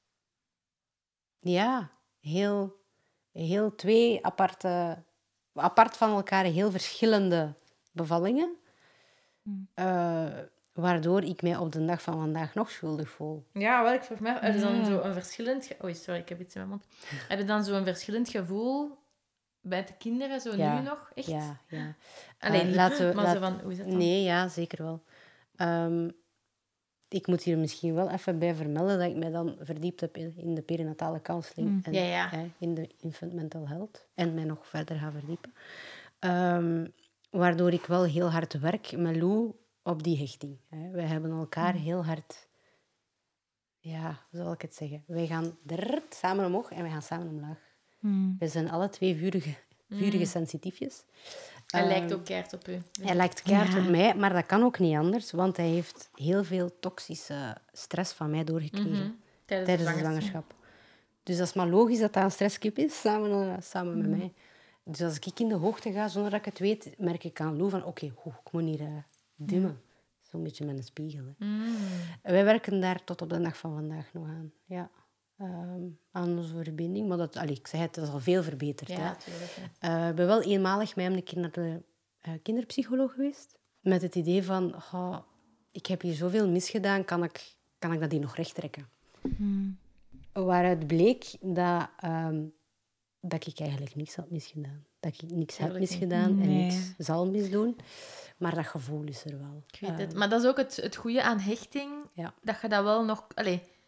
ja, heel, heel twee aparte... Apart van elkaar heel verschillende bevallingen. Mm. Uh, waardoor ik mij op de dag van vandaag nog schuldig voel. Ja, wel, ik vroeg me af, heb je dan zo een verschillend... Ge- Oei, sorry, ik heb iets in mijn mond. Heb je dan zo'n verschillend gevoel bij de kinderen, zo ja, nu nog? Echt? Ja, ja. Alleen uh, niet, laten we, maar laat... zo van, hoe is dat dan? Nee, ja, zeker wel. Um, ik moet hier misschien wel even bij vermelden dat ik mij dan verdiept heb in, in de perinatale counseling Mm. en ja, ja. Eh, in de infant mental health. En mij nog verder ga verdiepen. Um, waardoor ik wel heel hard werk met Lou op die hechting. Hè. Wij hebben elkaar mm. heel hard... Ja, hoe zal ik het zeggen? Wij gaan drrrt, samen omhoog en wij gaan samen omlaag. Mm. We zijn alle twee vurige, vurige mm. sensitiefjes. Hij um, lijkt ook keihard op u. Hij lijkt keihard ja. op mij, maar dat kan ook niet anders, want hij heeft heel veel toxische stress van mij doorgekregen Mm-hmm. Tijdens, tijdens de de zwangerschap. zwangerschap. Dus dat is maar logisch dat dat een stresskip is, samen, uh, samen mm. met mij. Dus als ik in de hoogte ga, zonder dat ik het weet, merk ik aan Lou van, oké, okay, ik moet hier uh, dimmen. Mm. Zo'n beetje met een spiegel. Hè. Mm. Wij werken daar tot op de dag van vandaag nog aan. Ja. Um, aan onze verbinding. Maar dat, allee, ik zeg het, dat is al veel verbeterd. Ja, hè. tuurlijk. Uh, ik ben wel eenmalig met hem een keer naar de uh, kinderpsycholoog geweest. Met het idee van, oh, ik heb hier zoveel misgedaan, kan ik, kan ik dat hier nog rechttrekken? Mm. Waaruit bleek dat, um, dat ik eigenlijk niks had misgedaan. Dat ik niks heb misgedaan nee. en niks zal misdoen. Maar dat gevoel is er wel. Ik weet het. Maar dat is ook het, het goede aan hechting. Ja. Dat je dat wel nog... Allez, je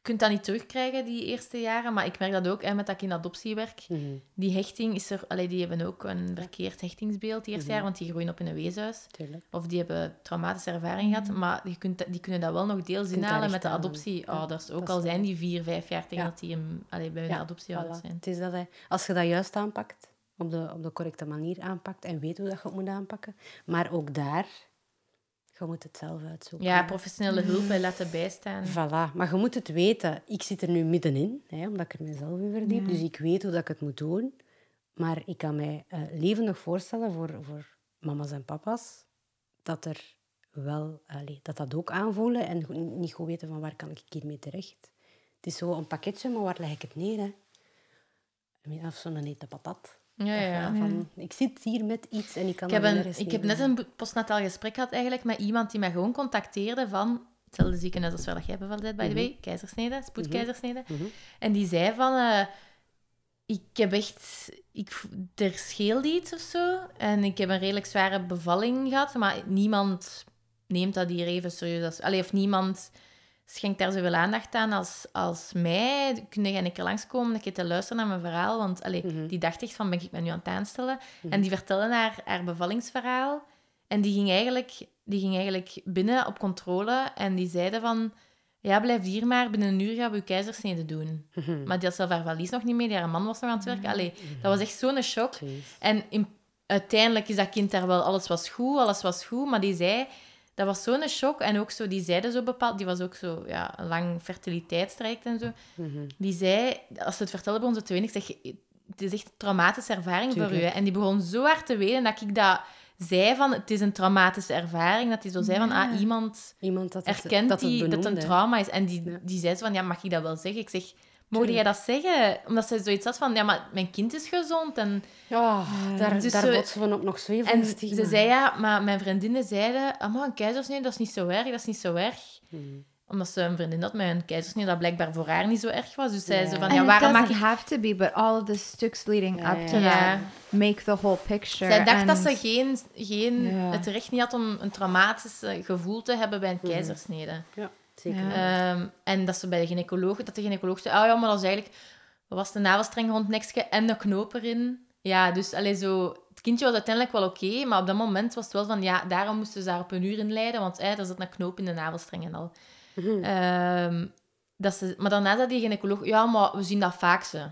kunt dat niet terugkrijgen, die eerste jaren. Maar ik merk dat ook hè, met dat ik in adoptie werk. Mm-hmm. Die hechting is er... Allee, die hebben ook een verkeerd hechtingsbeeld die eerste Mm-hmm. jaar, want die groeien op in een weeshuis. Tuurlijk. Of die hebben traumatische ervaring gehad. Maar die, kunt, die kunnen dat wel nog deels Kunt inhalen daar met de echt adoptie. halen. Ja, ouders. Ook dat al is zijn wel- die vier, vijf jaar tegen Ja. dat die hem, allee, bij hun Ja, adoptieouders Voilà. zijn. Het is dat, hè. Als je dat juist aanpakt, op de, op de correcte manier aanpakt en weet hoe dat je het moet aanpakken. Maar ook daar, je moet het zelf uitzoeken. Ja, hè. professionele hulp bij laten bijstaan. Voilà, maar je moet het weten. Ik zit er nu middenin, hè, omdat ik er mezelf in verdiep. Ja. Dus ik weet hoe dat ik het moet doen. Maar ik kan mij uh, levendig voorstellen voor, voor mama's en papa's dat er wel, allee, dat dat ook aanvoelen en go- niet goed weten van waar kan ik hiermee terecht. Het is zo een pakketje, maar waar leg ik het neer? Hè? I mean, of zo'n ete patat. Ja, Dat je ja. Van, ik zit hier met iets en ik kan Ik heb, dat een, nergens ik heb net neerleggen. een postnataal gesprek gehad eigenlijk met iemand die mij gewoon contacteerde van... Hetzelfde ziekenhuis als waar dat jij bevalt, by the way. Keizersnede, spoedkeizersnede. Mhm. En die zei van... eh, ik heb echt... Ik, er scheelde iets of zo. En ik heb een redelijk zware bevalling gehad. Maar niemand neemt dat hier even serieus als... Allee, of niemand schenkt daar zoveel aandacht aan als, als mij. Kun jij een keer langskomen, een keer te luisteren naar mijn verhaal? Want allee, Mhm. die dacht echt van, ben ik me nu aan het aanstellen? Mhm. En die vertelde haar, haar bevallingsverhaal. En die ging, eigenlijk, die ging eigenlijk binnen op controle. En die zeiden van... Ja, blijf hier maar. Binnen een uur gaan we je keizersnede doen. Mhm. Maar die had zelf haar valies nog niet mee. Die haar man was nog aan het werken. Allee, dat was echt zo'n shock. Jeez. En in, uiteindelijk is dat kind daar wel... Alles was goed, alles was goed. Maar die zei... Dat was zo'n shock. En ook zo, die zeiden zo bepaald... Die was ook zo, ja, een lang fertiliteitstraject en zo. Mhm. Die zei... Als ze het vertelde bij onze tweeling, zeg je... Het is echt een traumatische ervaring voor Tuurlijk. u. Hè. En die begon zo hard te wenen dat ik dat zei van... Het is een traumatische ervaring. Dat hij zo zei van... Ja. Ah, iemand Iemand dat het, erkent dat het die, dat het een benoemde. trauma is. En die, Ja. die zei zo van... Ja, mag ik dat wel zeggen? Ik zeg... Mogen jij Tuurlijk. dat zeggen? Omdat ze zoiets had van... Ja, maar mijn kind is gezond. En... Ja, daar, Dus daar zo- botsen we op nog zoveel En stigma. ze zei ja, maar mijn vriendinnen zeiden... Ah, maar een keizersnede, dat is niet zo erg, dat is niet zo erg. Hmm. Omdat ze een vriendin had met een keizersnede dat blijkbaar voor haar niet zo erg was. Dus zei Ja. ze van, And ja, it waarom doesn't mag ik... have to be, but all of the stuks leading Ja, up ja, to ja. that make the whole picture. Zij dacht dat and- ze geen, geen, Ja. het recht niet had om een traumatisch eh, gevoel te hebben bij een Mhm. keizersnede. Ja, zeker. Ja. Ehm, en dat ze bij de gynaecoloog... Dat de gynaecoloog zei, oh ja, maar dat is eigenlijk... Wat was de navelstreng rond het nekje en de knoop erin? Ja, dus allee, zo... Het kindje was uiteindelijk wel oké, maar op dat moment was het wel van... Ja, daarom moesten ze daar op een uur in leiden, want eh, er zat een knoop in de navelstreng en al. Mhm. Ehm, dat ze, maar daarna zei die gynaecoloog... Ja, maar we zien dat vaak, ze.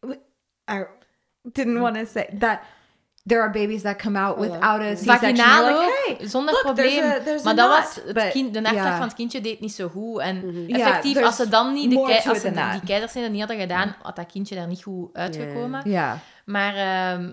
I didn't want to say that there are babies that come out Voilà. without a Ja. C-section. Vaginaal You're ook, like, hey, zonder look, probleem. there's a- there's a Maar dat knot, was het but- kind, de nachtslag ja. van het kindje deed niet zo goed. En Mhm. Ja, effectief, there's als ze dan niet de more kei- to als it ze than de- that. die keizersnede niet hadden gedaan, had dat kindje daar niet goed uitgekomen. Yeah. Maar ehm,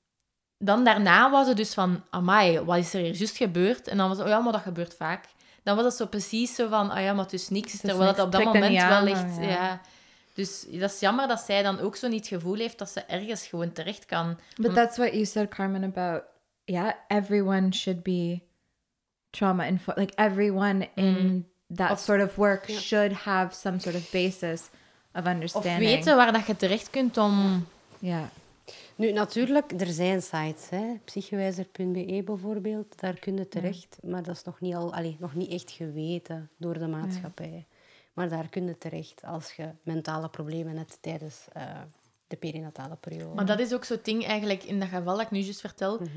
dan daarna was het dus van, amai, wat is er hier juist gebeurd? En dan was het, oh ja, maar dat gebeurt vaak. Dan was het zo precies zo van, ah ja, maar het is niks. is Terwijl het niks. op dat Prikt er moment niet wel aan, echt... ja. Ja. Dus dat is jammer dat zij dan ook zo niet het gevoel heeft dat ze ergens gewoon terecht kan. But that's what you said, Carmen, about, yeah, everyone should be trauma informed. Like, everyone in that Of- sort of work Ja. should have some sort of basis of Of understanding. weten waar dat je terecht kunt om... Yeah. Nu, natuurlijk, er zijn sites, hè. psychewijzer punt b e bijvoorbeeld, daar kun je terecht, maar dat is nog niet, al, allee, nog niet echt geweten door de maatschappij. Maar daar kun je terecht als je mentale problemen hebt tijdens eh, de perinatale periode. Maar dat is ook zo'n ding eigenlijk, in dat geval dat ik nu juist vertel, Mhm.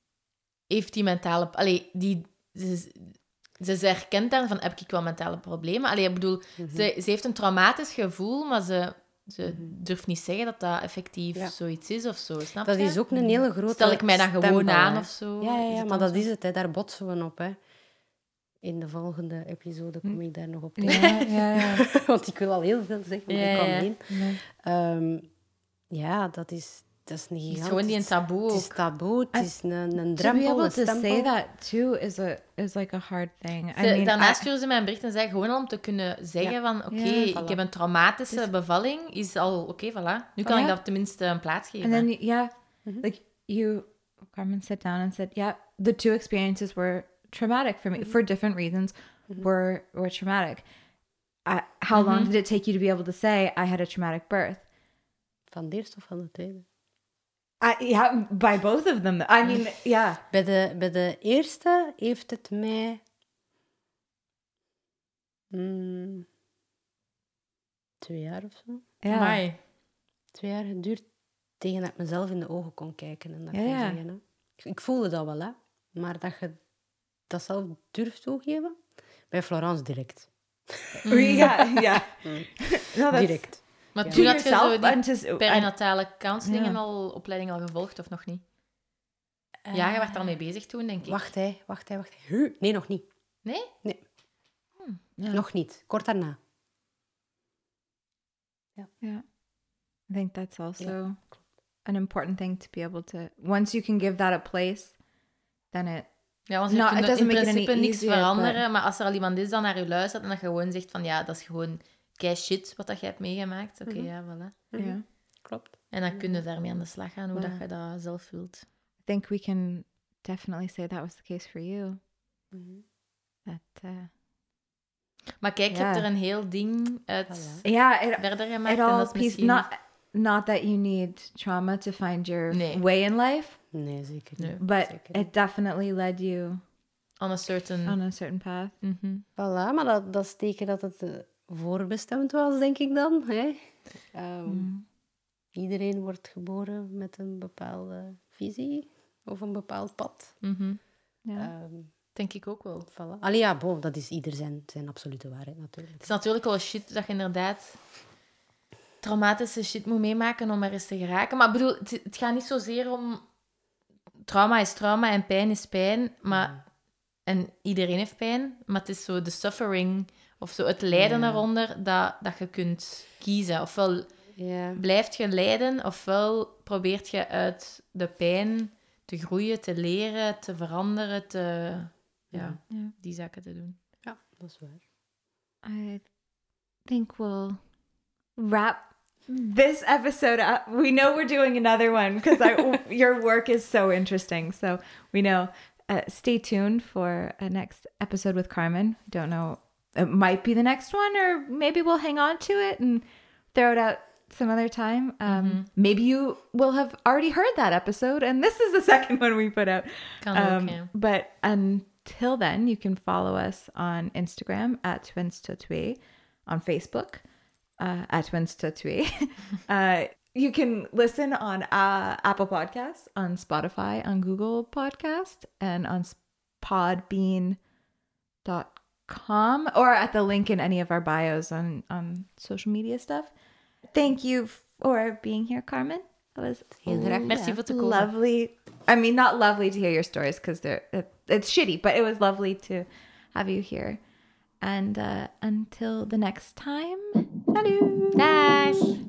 heeft die mentale... Allee, die... Ze, ze, ze herkent daar van, heb ik wel mentale problemen? Allee, ik bedoel, Mhm. ze, ze heeft een traumatisch gevoel, maar ze, ze durft niet zeggen dat dat effectief Ja. zoiets is of zo, snap Dat je? is ook een hele grote Stel ik mij dan gewoon stempel, aan hè. of zo? Ja, ja, Is ja het maar dan dat zo? is het, hè. Daar botsen we op. Hè. In de volgende episode kom ik daar nog op terug. Yeah, yeah, yeah. Want ik wil al heel veel zeggen, maar Ja, ik kan ja. niet. Nee. Ehm, ja, dat is, dat is een Het gigantisch... is gewoon die een taboe Het is ook. taboe, het is een, een To be drempel, able een to stempel. say that too is a is like a hard thing. I Ze, mean, daarna I- stuurde ze mij een bericht en zei gewoon al om te kunnen zeggen Ja. van oké, Ja, ik voilà. heb een traumatische Dus- bevalling, is al oké, voilà. Nu kan Oh, ik ja. dat tenminste een plaats geven. and then y- yeah, Mhm. like you, Carmen sat down and said, yeah, the two experiences were traumatic for me for different reasons. Were were traumatic. I, how long Mhm. did it take you to be able to say I had a traumatic birth? Van de eerste of van de tweede? I, yeah, by both of them. I mean, yeah. Bij de, bij de eerste heeft het mij... Hmm, twee jaar of zo. Ja. Amai. Twee jaar geduurd tegen dat ik mezelf in de ogen kon kijken. En dat Ja, kon ja. zeggen, hè. Ik, ik voelde dat wel, hè. Maar dat je dat zelf durft toegeven, bij Florence direct. Ja, ja. No, that's- Direct. Maar Ja. toen To had je yourself zo die and just- perinatale counseling Ja. en al opleiding al gevolgd, of nog niet? Ja, je was daarmee bezig toen, denk ik. Wacht, hè. Wacht, hè. Wacht, hè. Huh. Nee, nog niet. Nee? Nee, Ja. nog niet. Kort daarna. Yeah. I think that's also an important thing to be able to, once you can give that a place, then it, Ja, want No, je it kunt doesn't in make it any principe niks easier, veranderen, maar als er al iemand is dat naar je luistert en dat je gewoon zegt van ja, dat is gewoon kei shit wat dat je hebt meegemaakt. Oké, ja, voilà. yeah. Klopt. En dan kun je daarmee aan de slag gaan, hoe Ja. dat je dat zelf wilt. I think we can definitely say that was the case for you. Mhm. That, uh, Maar kijk, je Ja. hebt er een heel ding uit Voilà. yeah, it, verder gemaakt. it en all dat is piece, misschien... not, not that you need trauma to find your Nee. way in life, Nee, zeker niet. Nee. but Zeker niet. it definitely led you On a certain... on a certain path. Mhm. Voilà, maar dat, dat is teken dat het eh, voorbestemd was, denk ik dan. Hè? Ehm, Mm. Iedereen wordt geboren met een bepaalde visie of een bepaald pad. Mhm. Yeah. Ehm, Denk ik ook wel. voilà. Allee, ja, bon, dat is ieder zijn, zijn absolute waarheid natuurlijk. Het is natuurlijk wel shit dat je inderdaad traumatische shit moet meemaken om er eens te geraken. Maar ik bedoel, het, het gaat niet zozeer om... Trauma is trauma en pijn is pijn. Maar... En iedereen heeft pijn. Maar het is zo de suffering of zo het lijden Ja. eronder dat, dat je kunt kiezen. Ofwel Ja, blijft je lijden, ofwel probeert je uit de pijn te groeien, te leren, te veranderen, te... Ja, Yeah. die zaken te doen. ja, dat is waar. I think we'll wrap this episode up. We know we're doing another one because your work is so interesting. So we know. Uh, stay tuned for a next episode with Carmen. Don't know. It might be the next one, or maybe we'll hang on to it and throw it out some other time. Um, Mhm. Maybe you will have already heard that episode, and this is the second one we put out. Kan Um, ook, ja. But until then, you can follow us on Instagram at Twins Tatoué, on Facebook uh, at Twins Tatoué. uh, you can listen on uh, Apple Podcasts, on Spotify, on Google Podcast, and on podbean dot com, or at the link in any of our bios on, on social media stuff. Thank you for being here, Carmen. It was Heel graag. Merci voor te komen. lovely. I mean, not lovely to hear your stories because they're it, it's shitty, but it was lovely to have you here. And uh, until the next time, salut. Dag!